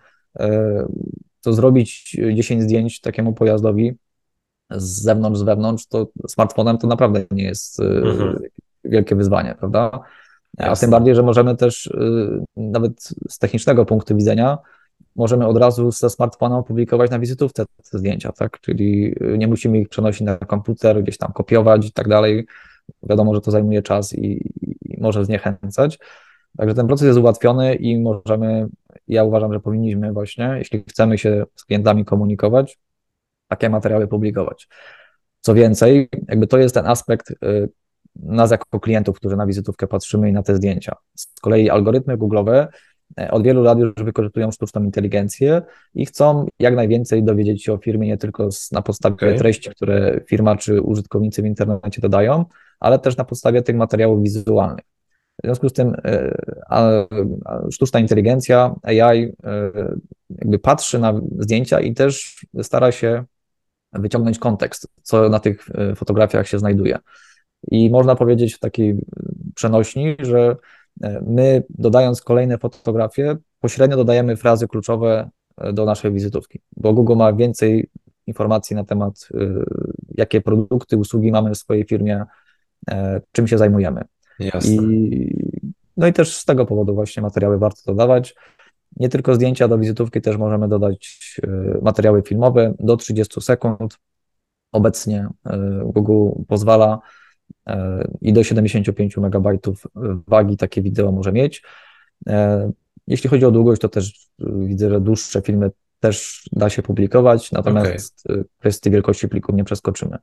To zrobić 10 zdjęć takiemu pojazdowi z zewnątrz, z wewnątrz, to smartfonem to naprawdę nie jest wielkie wyzwanie, prawda? Jasne. A tym bardziej, że możemy też nawet z technicznego punktu widzenia możemy od razu ze smartfona opublikować na wizytówce te zdjęcia, tak? Czyli nie musimy ich przenosić na komputer, gdzieś tam kopiować i tak dalej. Wiadomo, że to zajmuje czas i może zniechęcać. Także ten proces jest ułatwiony i ja uważam, że powinniśmy właśnie, jeśli chcemy się z klientami komunikować, takie materiały publikować. Co więcej, jakby to jest ten aspekt nas jako klientów, którzy na wizytówkę patrzymy i na te zdjęcia. Z kolei algorytmy Google'owe od wielu lat już wykorzystują sztuczną inteligencję i chcą jak najwięcej dowiedzieć się o firmie nie tylko na podstawie treści, które firma czy użytkownicy w internecie dodają, ale też na podstawie tych materiałów wizualnych. W związku z tym sztuczna inteligencja, AI jakby patrzy na zdjęcia i też stara się wyciągnąć kontekst, co na tych fotografiach się znajduje. I można powiedzieć w takiej przenośni, że my dodając kolejne fotografie, pośrednio dodajemy frazy kluczowe do naszej wizytówki, bo Google ma więcej informacji na temat, jakie produkty, usługi mamy w swojej firmie, czym się zajmujemy. Jasne. No i też z tego powodu właśnie materiały warto dodawać. Nie tylko zdjęcia do wizytówki, też możemy dodać materiały filmowe do 30 sekund. Obecnie Google pozwala i do 75 MB wagi takie wideo może mieć. Jeśli chodzi o długość, to też widzę, że dłuższe filmy też da się publikować, Okej. natomiast kwestii wielkości pliku nie przeskoczymy.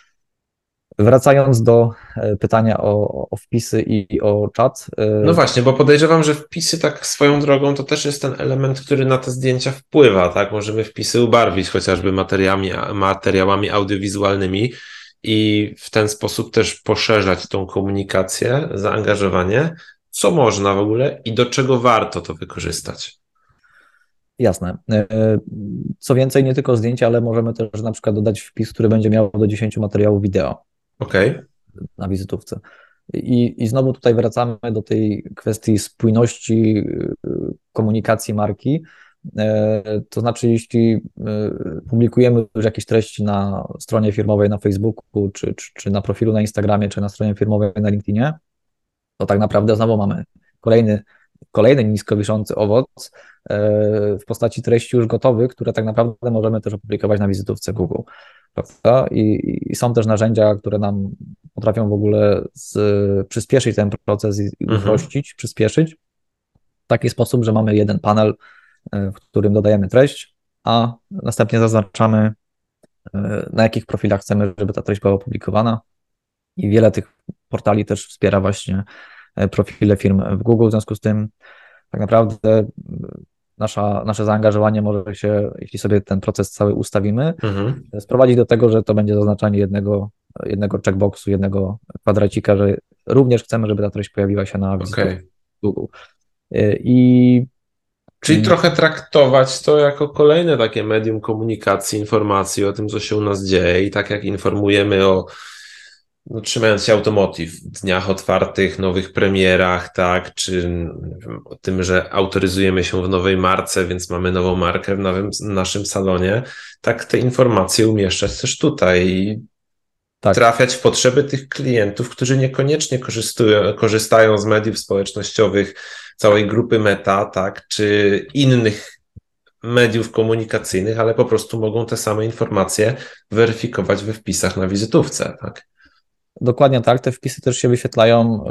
Wracając do pytania o wpisy i o czat, No właśnie, bo podejrzewam, że wpisy tak swoją drogą to też jest ten element, który na te zdjęcia wpływa, tak? Możemy wpisy ubarwić chociażby materiałami audiowizualnymi i w ten sposób też poszerzać tą komunikację, zaangażowanie. Co można w ogóle i do czego warto to wykorzystać? jasne. Co więcej, nie tylko zdjęcia, ale możemy też na przykład dodać wpis, który będzie miał do 10 materiałów wideo Okej. na wizytówce. I znowu tutaj wracamy do tej kwestii spójności komunikacji marki. To znaczy, jeśli publikujemy już jakieś treści na stronie firmowej na Facebooku, czy na profilu na Instagramie, czy na stronie firmowej na LinkedInie, to tak naprawdę znowu mamy kolejny nisko wiszący owoc w postaci treści już gotowych, które tak naprawdę możemy też opublikować na wizytówce Google. Prawda? I są też narzędzia, które nam potrafią w ogóle przyspieszyć ten proces i Mhm. uprościć, przyspieszyć w taki sposób, że mamy jeden panel, w którym dodajemy treść, a następnie zaznaczamy, na jakich profilach chcemy, żeby ta treść była opublikowana. I wiele tych portali też wspiera właśnie profile firm w Google. W związku z tym tak naprawdę nasze zaangażowanie może się, jeśli sobie ten proces cały ustawimy, Mhm. sprowadzić do tego, że to będzie zaznaczanie jednego checkboxu, jednego kwadracika, że również chcemy, żeby ta treść pojawiła się na wizytówce Okej. Google. I Czyli trochę traktować to jako kolejne takie medium komunikacji, informacji o tym, co się u nas dzieje i tak jak informujemy o, no, trzymając się automotive, dniach otwartych, nowych premierach, tak, czy nie wiem, o tym, że autoryzujemy się w nowej marce, więc mamy nową markę w naszym salonie, tak te informacje umieszczać też tutaj i tak, trafiać w potrzeby tych klientów, którzy niekoniecznie korzystają z mediów społecznościowych całej grupy Meta, tak, czy innych mediów komunikacyjnych, ale po prostu mogą te same informacje weryfikować we wpisach na wizytówce, tak? dokładnie tak. Te wpisy też się wyświetlają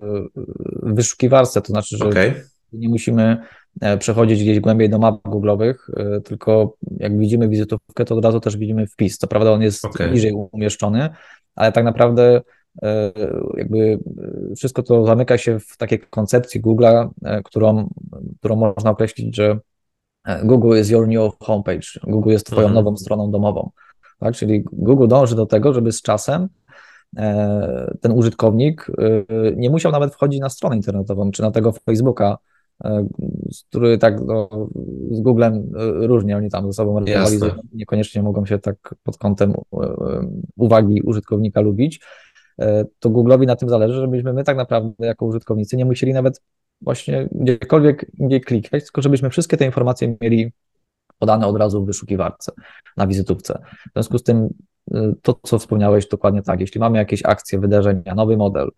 w wyszukiwarce, to znaczy, że Okej, nie musimy przechodzić gdzieś głębiej do map Google'owych, tylko jak widzimy wizytówkę, to od razu też widzimy wpis. Co prawda on jest okej, niżej umieszczony, ale tak naprawdę jakby wszystko to zamyka się w takiej koncepcji Google'a, którą można określić, że Google is your new homepage. Google jest twoją mhm, nową stroną domową. Tak? Czyli Google dąży do tego, żeby z czasem ten użytkownik nie musiał nawet wchodzić na stronę internetową, czy na tego Facebooka, który tak no, z Googlem różnie oni tam ze sobą rywalizują, jasne. niekoniecznie mogą się tak pod kątem uwagi użytkownika lubić. To Google'owi na tym zależy, żebyśmy my tak naprawdę jako użytkownicy nie musieli nawet właśnie gdziekolwiek indziej klikać, tylko żebyśmy wszystkie te informacje mieli podane od razu w wyszukiwarce na wizytówce. W związku z tym to, co wspomniałeś, dokładnie tak. Jeśli mamy jakieś akcje, wydarzenia, nowy model,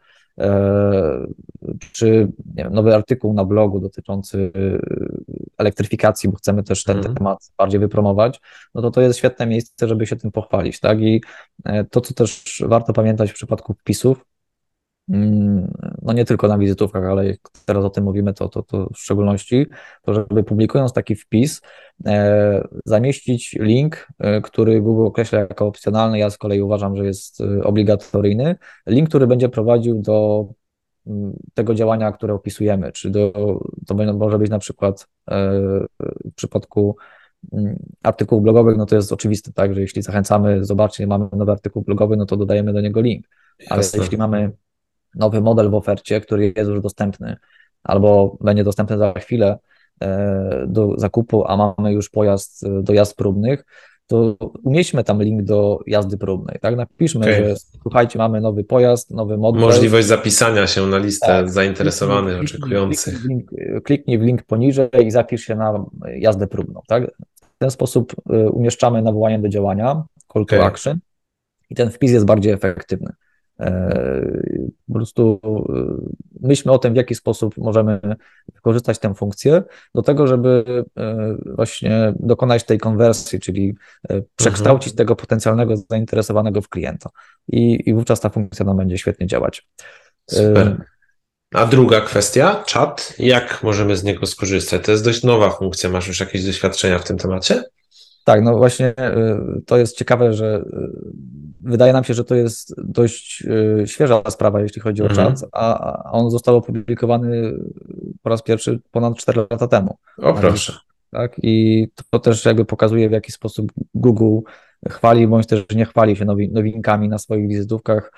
czy nie wiem, nowy artykuł na blogu dotyczący elektryfikacji, bo chcemy też ten Mhm. temat bardziej wypromować, no to jest świetne miejsce, żeby się tym pochwalić, tak? I to, co też warto pamiętać w przypadku wpisów, no nie tylko na wizytówkach, ale jak teraz o tym mówimy, to w szczególności, to żeby publikując taki wpis, zamieścić link, który Google określa jako opcjonalny, ja z kolei uważam, że jest obligatoryjny, link, który będzie prowadził do tego działania, które opisujemy, to może być na przykład w przypadku artykułów blogowych, no to jest oczywiste, tak, że jeśli zachęcamy, zobaczcie, mamy nowy artykuł blogowy, no to dodajemy do niego link, ale Jasne. jeśli mamy nowy model w ofercie, który jest już dostępny, albo będzie dostępny za chwilę do zakupu, a mamy już pojazd do jazd próbnych, to umieśćmy tam link do jazdy próbnej, tak? Napiszmy, Okej. że słuchajcie, mamy nowy pojazd, nowy model, Możliwość zapisania się na listę tak, zainteresowanych, oczekujących. kliknij w link poniżej i zapisz się na jazdę próbną, tak? W ten sposób umieszczamy nawołanie do działania, call to Okej. action, i ten wpis jest bardziej efektywny. Po prostu myślmy o tym, w jaki sposób możemy wykorzystać tę funkcję do tego, żeby właśnie dokonać tej konwersji, czyli Mhm. przekształcić tego potencjalnego zainteresowanego w klienta. I wówczas ta funkcja nam będzie świetnie działać. Super. A druga kwestia, czat. Jak możemy z niego skorzystać? To jest dość nowa funkcja. Masz już jakieś doświadczenia w tym temacie? Tak, no właśnie to jest ciekawe, że wydaje nam się, że to jest dość świeża sprawa, jeśli chodzi o czat, Mhm. a on został opublikowany po raz pierwszy ponad 4 lata temu O na proszę. wizytówce, tak? I to też jakby pokazuje, w jaki sposób Google chwali bądź też nie chwali się nowinkami na swoich wizytówkach.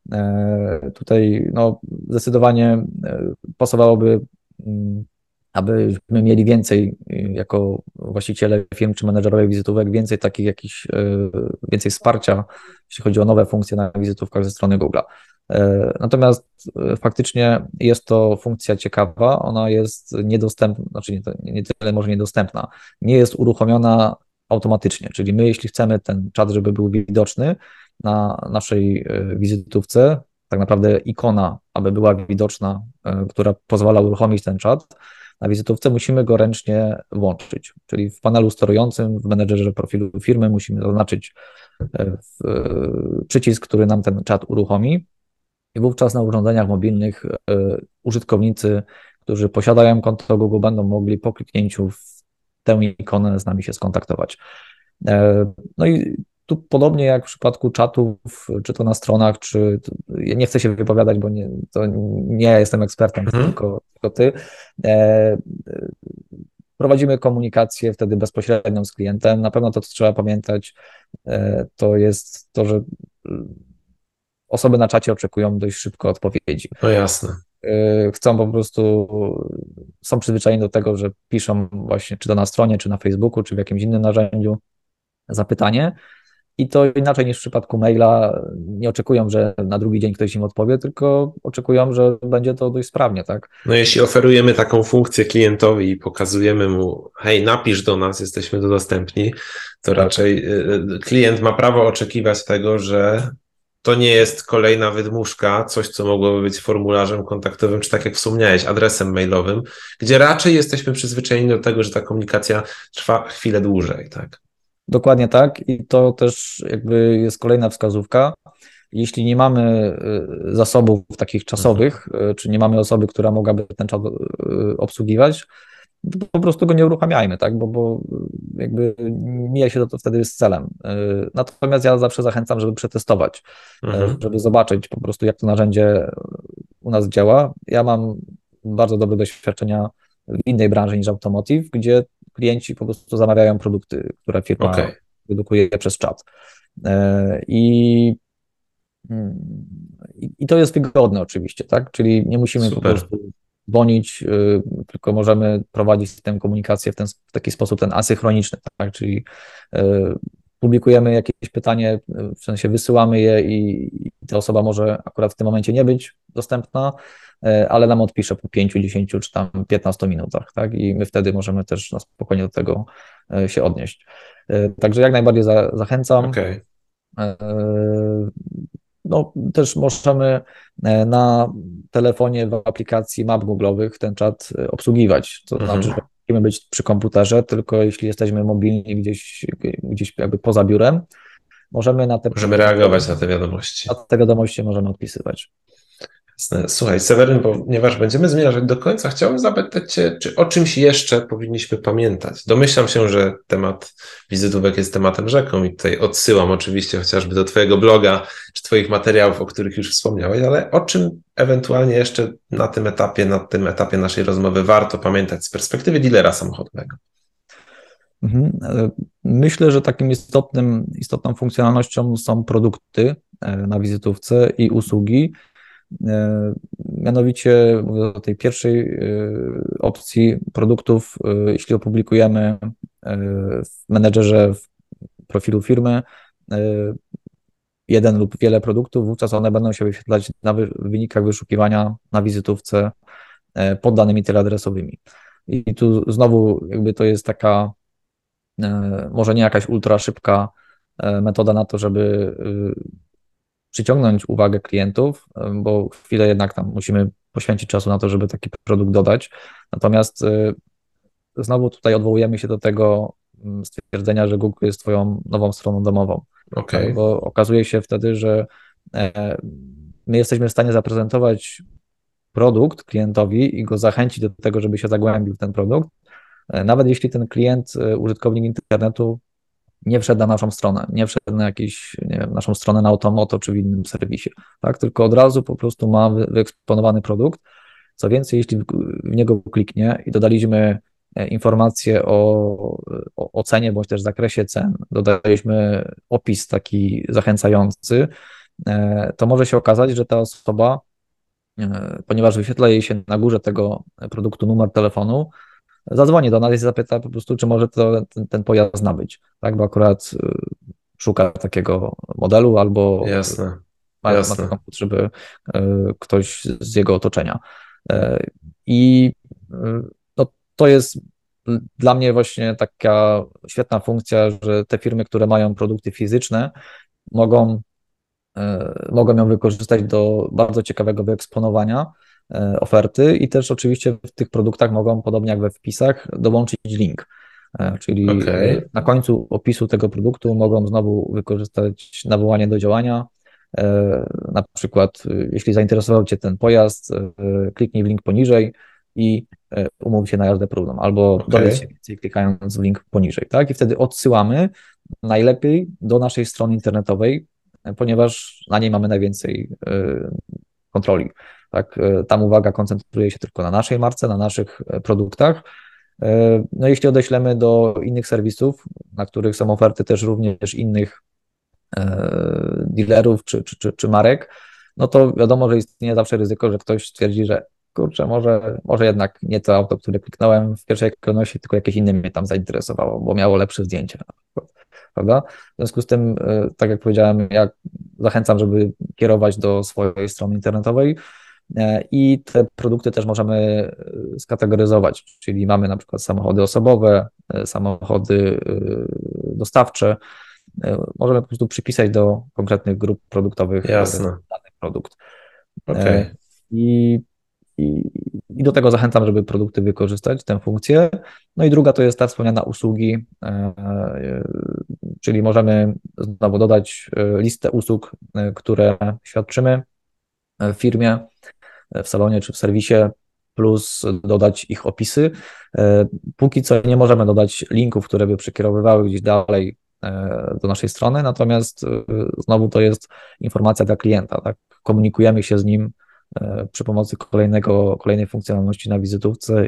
Tutaj no, zdecydowanie pasowałoby, mm, abyśmy mieli więcej jako właściciele firm czy menedżerowie wizytówek, więcej takich jakichś, więcej wsparcia, jeśli chodzi o nowe funkcje na wizytówkach ze strony Google'a. Natomiast faktycznie jest to funkcja ciekawa, ona jest niedostępna, znaczy nie tyle może niedostępna, nie jest uruchomiona automatycznie, czyli my jeśli chcemy ten czat, żeby był widoczny na naszej wizytówce, tak naprawdę ikona, aby była widoczna, która pozwala uruchomić ten czat na wizytówce, musimy go ręcznie włączyć. Czyli w panelu sterującym, w menedżerze profilu firmy musimy zaznaczyć przycisk, który nam ten czat uruchomi i wówczas na urządzeniach mobilnych użytkownicy, którzy posiadają konto Google, będą mogli po kliknięciu w tę ikonę z nami się skontaktować. No i tu podobnie jak w przypadku czatów, czy to na stronach, ja nie chcę się wypowiadać, bo to nie ja jestem ekspertem, Mhm. tylko ty. E, Prowadzimy komunikację wtedy bezpośrednią z klientem. Na pewno to, co trzeba pamiętać, to jest to, że osoby na czacie oczekują dość szybko odpowiedzi. No jasne. Chcą po prostu, są przyzwyczajeni do tego, że piszą właśnie czy to na stronie, czy na Facebooku, czy w jakimś innym narzędziu zapytanie. I to inaczej niż w przypadku maila. Nie oczekują, że na drugi dzień ktoś im odpowie, tylko oczekują, że będzie to dość sprawnie, tak? No jeśli oferujemy taką funkcję klientowi i pokazujemy mu, hej, napisz do nas, jesteśmy tu dostępni, to Tak. raczej klient ma prawo oczekiwać tego, że to nie jest kolejna wydmuszka, coś, co mogłoby być formularzem kontaktowym, czy tak jak wspomniałeś, adresem mailowym, gdzie raczej jesteśmy przyzwyczajeni do tego, że ta komunikacja trwa chwilę dłużej, tak? Dokładnie tak. I to też jakby jest kolejna wskazówka. Jeśli nie mamy zasobów takich Mhm. czasowych, czy nie mamy osoby, która mogłaby ten czat obsługiwać, to po prostu go nie uruchamiajmy, tak? Bo jakby mija się to wtedy z celem. Natomiast ja zawsze zachęcam, żeby przetestować, Mhm. żeby zobaczyć po prostu, jak to narzędzie u nas działa. Ja mam bardzo dobre doświadczenia w innej branży niż automotive, gdzie klienci po prostu zamawiają produkty, które firma Okej, produkuje przez czat. I Mm, I to jest wygodne oczywiście, tak? Czyli nie musimy po super. prostu dzwonić, tylko możemy prowadzić tę komunikację w taki sposób, ten asynchroniczny, tak? Czyli y, publikujemy jakieś pytanie, w sensie wysyłamy je i ta osoba może akurat w tym momencie nie być dostępna, ale nam odpisze po 5, 10 czy tam 15 minutach, tak? I my wtedy możemy też na spokojnie do tego się odnieść. Także jak najbardziej zachęcam. Okej, E, No, też możemy na telefonie w aplikacji map google'owych ten czat obsługiwać. To znaczy, że mhm. musimy być przy komputerze, tylko jeśli jesteśmy mobilni gdzieś jakby poza biurem, możemy Możemy reagować na te wiadomości. na te wiadomości możemy odpisywać. Jasne. Słuchaj, Seweryn, ponieważ będziemy zmierzać do końca, chciałbym zapytać Cię, czy o czymś jeszcze powinniśmy pamiętać? Domyślam się, że temat wizytówek jest tematem rzeką i tutaj odsyłam oczywiście chociażby do Twojego bloga czy Twoich materiałów, o których już wspomniałeś, ale o czym ewentualnie jeszcze na tym etapie naszej rozmowy warto pamiętać z perspektywy dealera samochodowego? Mhm. Myślę, że takim istotną funkcjonalnością są produkty na wizytówce i usługi. Mianowicie mówię o tej pierwszej opcji produktów, jeśli opublikujemy w menedżerze w profilu firmy jeden lub wiele produktów, wówczas one będą się wyświetlać na wynikach wyszukiwania na wizytówce pod danymi teleadresowymi. I tu znowu jakby to jest taka może nie jakaś ultra szybka metoda na to, żeby przyciągnąć uwagę klientów, bo chwilę jednak tam musimy poświęcić czasu na to, żeby taki produkt dodać. Natomiast znowu tutaj odwołujemy się do tego stwierdzenia, że Google jest twoją nową stroną domową, tak? Okej. Bo okazuje się wtedy, że my jesteśmy w stanie zaprezentować produkt klientowi i go zachęcić do tego, żeby się zagłębił w ten produkt, nawet jeśli ten klient, użytkownik internetu nie wszedł na naszą stronę, nie wszedł na jakąś, nie wiem, naszą stronę na Automoto czy w innym serwisie, tak? Tylko od razu po prostu ma wyeksponowany produkt. Co więcej, jeśli w niego kliknie i dodaliśmy informacje o cenie bądź też zakresie cen, dodaliśmy opis taki zachęcający, to może się okazać, że ta osoba, ponieważ wyświetla jej się na górze tego produktu numer telefonu, zadzwoni do nas i zapyta po prostu, czy może ten pojazd nabyć, tak? Bo akurat szuka takiego modelu albo Jasne, ma jasne. taką potrzebę ktoś z jego otoczenia. I no, to jest dla mnie właśnie taka świetna funkcja, że te firmy, które mają produkty fizyczne, mogą ją wykorzystać do bardzo ciekawego wyeksponowania oferty i też oczywiście w tych produktach mogą, podobnie jak we wpisach, dołączyć link. Czyli Okej. na końcu opisu tego produktu mogą znowu wykorzystać nawołanie do działania. Na przykład, jeśli zainteresował Cię ten pojazd, kliknij w link poniżej i umów się na jazdę próbną, albo dowiedz się więcej klikając w link poniżej, tak? I wtedy odsyłamy najlepiej do naszej strony internetowej, ponieważ na niej mamy najwięcej kontroli. Tak? Tam uwaga koncentruje się tylko na naszej marce, na naszych produktach. No jeśli odeślemy do innych serwisów, na których są oferty też również innych dealerów czy marek, no to wiadomo, że istnieje zawsze ryzyko, że ktoś stwierdzi, że kurczę, może jednak nie to auto, które kliknąłem w pierwszej kolejności, tylko jakieś inne mnie tam zainteresowało, bo miało lepsze zdjęcie na przykład, prawda? W związku z tym, tak jak powiedziałem, ja zachęcam, żeby kierować do swojej strony internetowej i te produkty też możemy skategoryzować, czyli mamy na przykład samochody osobowe, samochody dostawcze, możemy po prostu przypisać do konkretnych grup produktowych Jasne. dany produkt. Okej. I, i, I do tego zachęcam, żeby produkty wykorzystać, tę funkcję. No i druga to jest ta wspomniana usługi, czyli możemy znowu dodać listę usług, które świadczymy w firmie, w salonie czy w serwisie, plus dodać ich opisy. Póki co nie możemy dodać linków, które by przekierowywały gdzieś dalej do naszej strony, natomiast znowu to jest informacja dla klienta, tak? Komunikujemy się z nim przy pomocy kolejnej funkcjonalności na wizytówce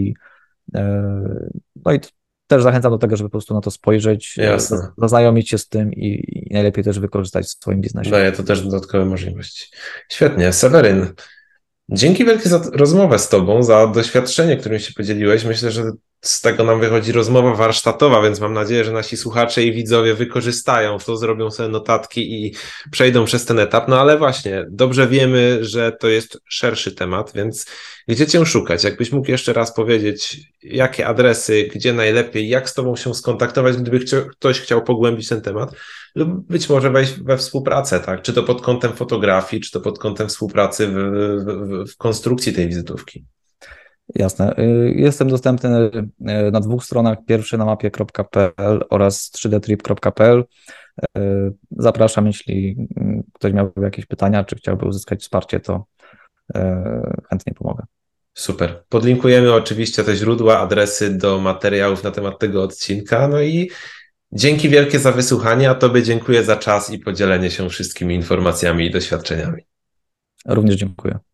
no i też zachęcam do tego, żeby po prostu na to spojrzeć, Jasne. zaznajomić się z tym i najlepiej też wykorzystać w swoim biznesie. Daje to też dodatkowe możliwości. Świetnie. Seweryn, dzięki wielkie za rozmowę z Tobą, za doświadczenie, którym się podzieliłeś. Myślę, że z tego nam wychodzi rozmowa warsztatowa, więc mam nadzieję, że nasi słuchacze i widzowie wykorzystają to, zrobią sobie notatki i przejdą przez ten etap. No ale właśnie, dobrze wiemy, że to jest szerszy temat, więc gdzie Cię szukać? Jakbyś mógł jeszcze raz powiedzieć, jakie adresy, gdzie najlepiej, jak z Tobą się skontaktować, gdyby ktoś chciał pogłębić ten temat, lub być może wejść we współpracę, tak? Czy to pod kątem fotografii, czy to pod kątem współpracy w konstrukcji tej wizytówki. Jasne. Jestem dostępny na dwóch stronach. Pierwszy na mapie.pl oraz 3dtrip.pl. Zapraszam, jeśli ktoś miałby jakieś pytania, czy chciałby uzyskać wsparcie, to chętnie pomogę. Super. Podlinkujemy oczywiście te źródła, adresy do materiałów na temat tego odcinka. No i dzięki wielkie za wysłuchanie, a Tobie dziękuję za czas i podzielenie się wszystkimi informacjami i doświadczeniami. Również dziękuję.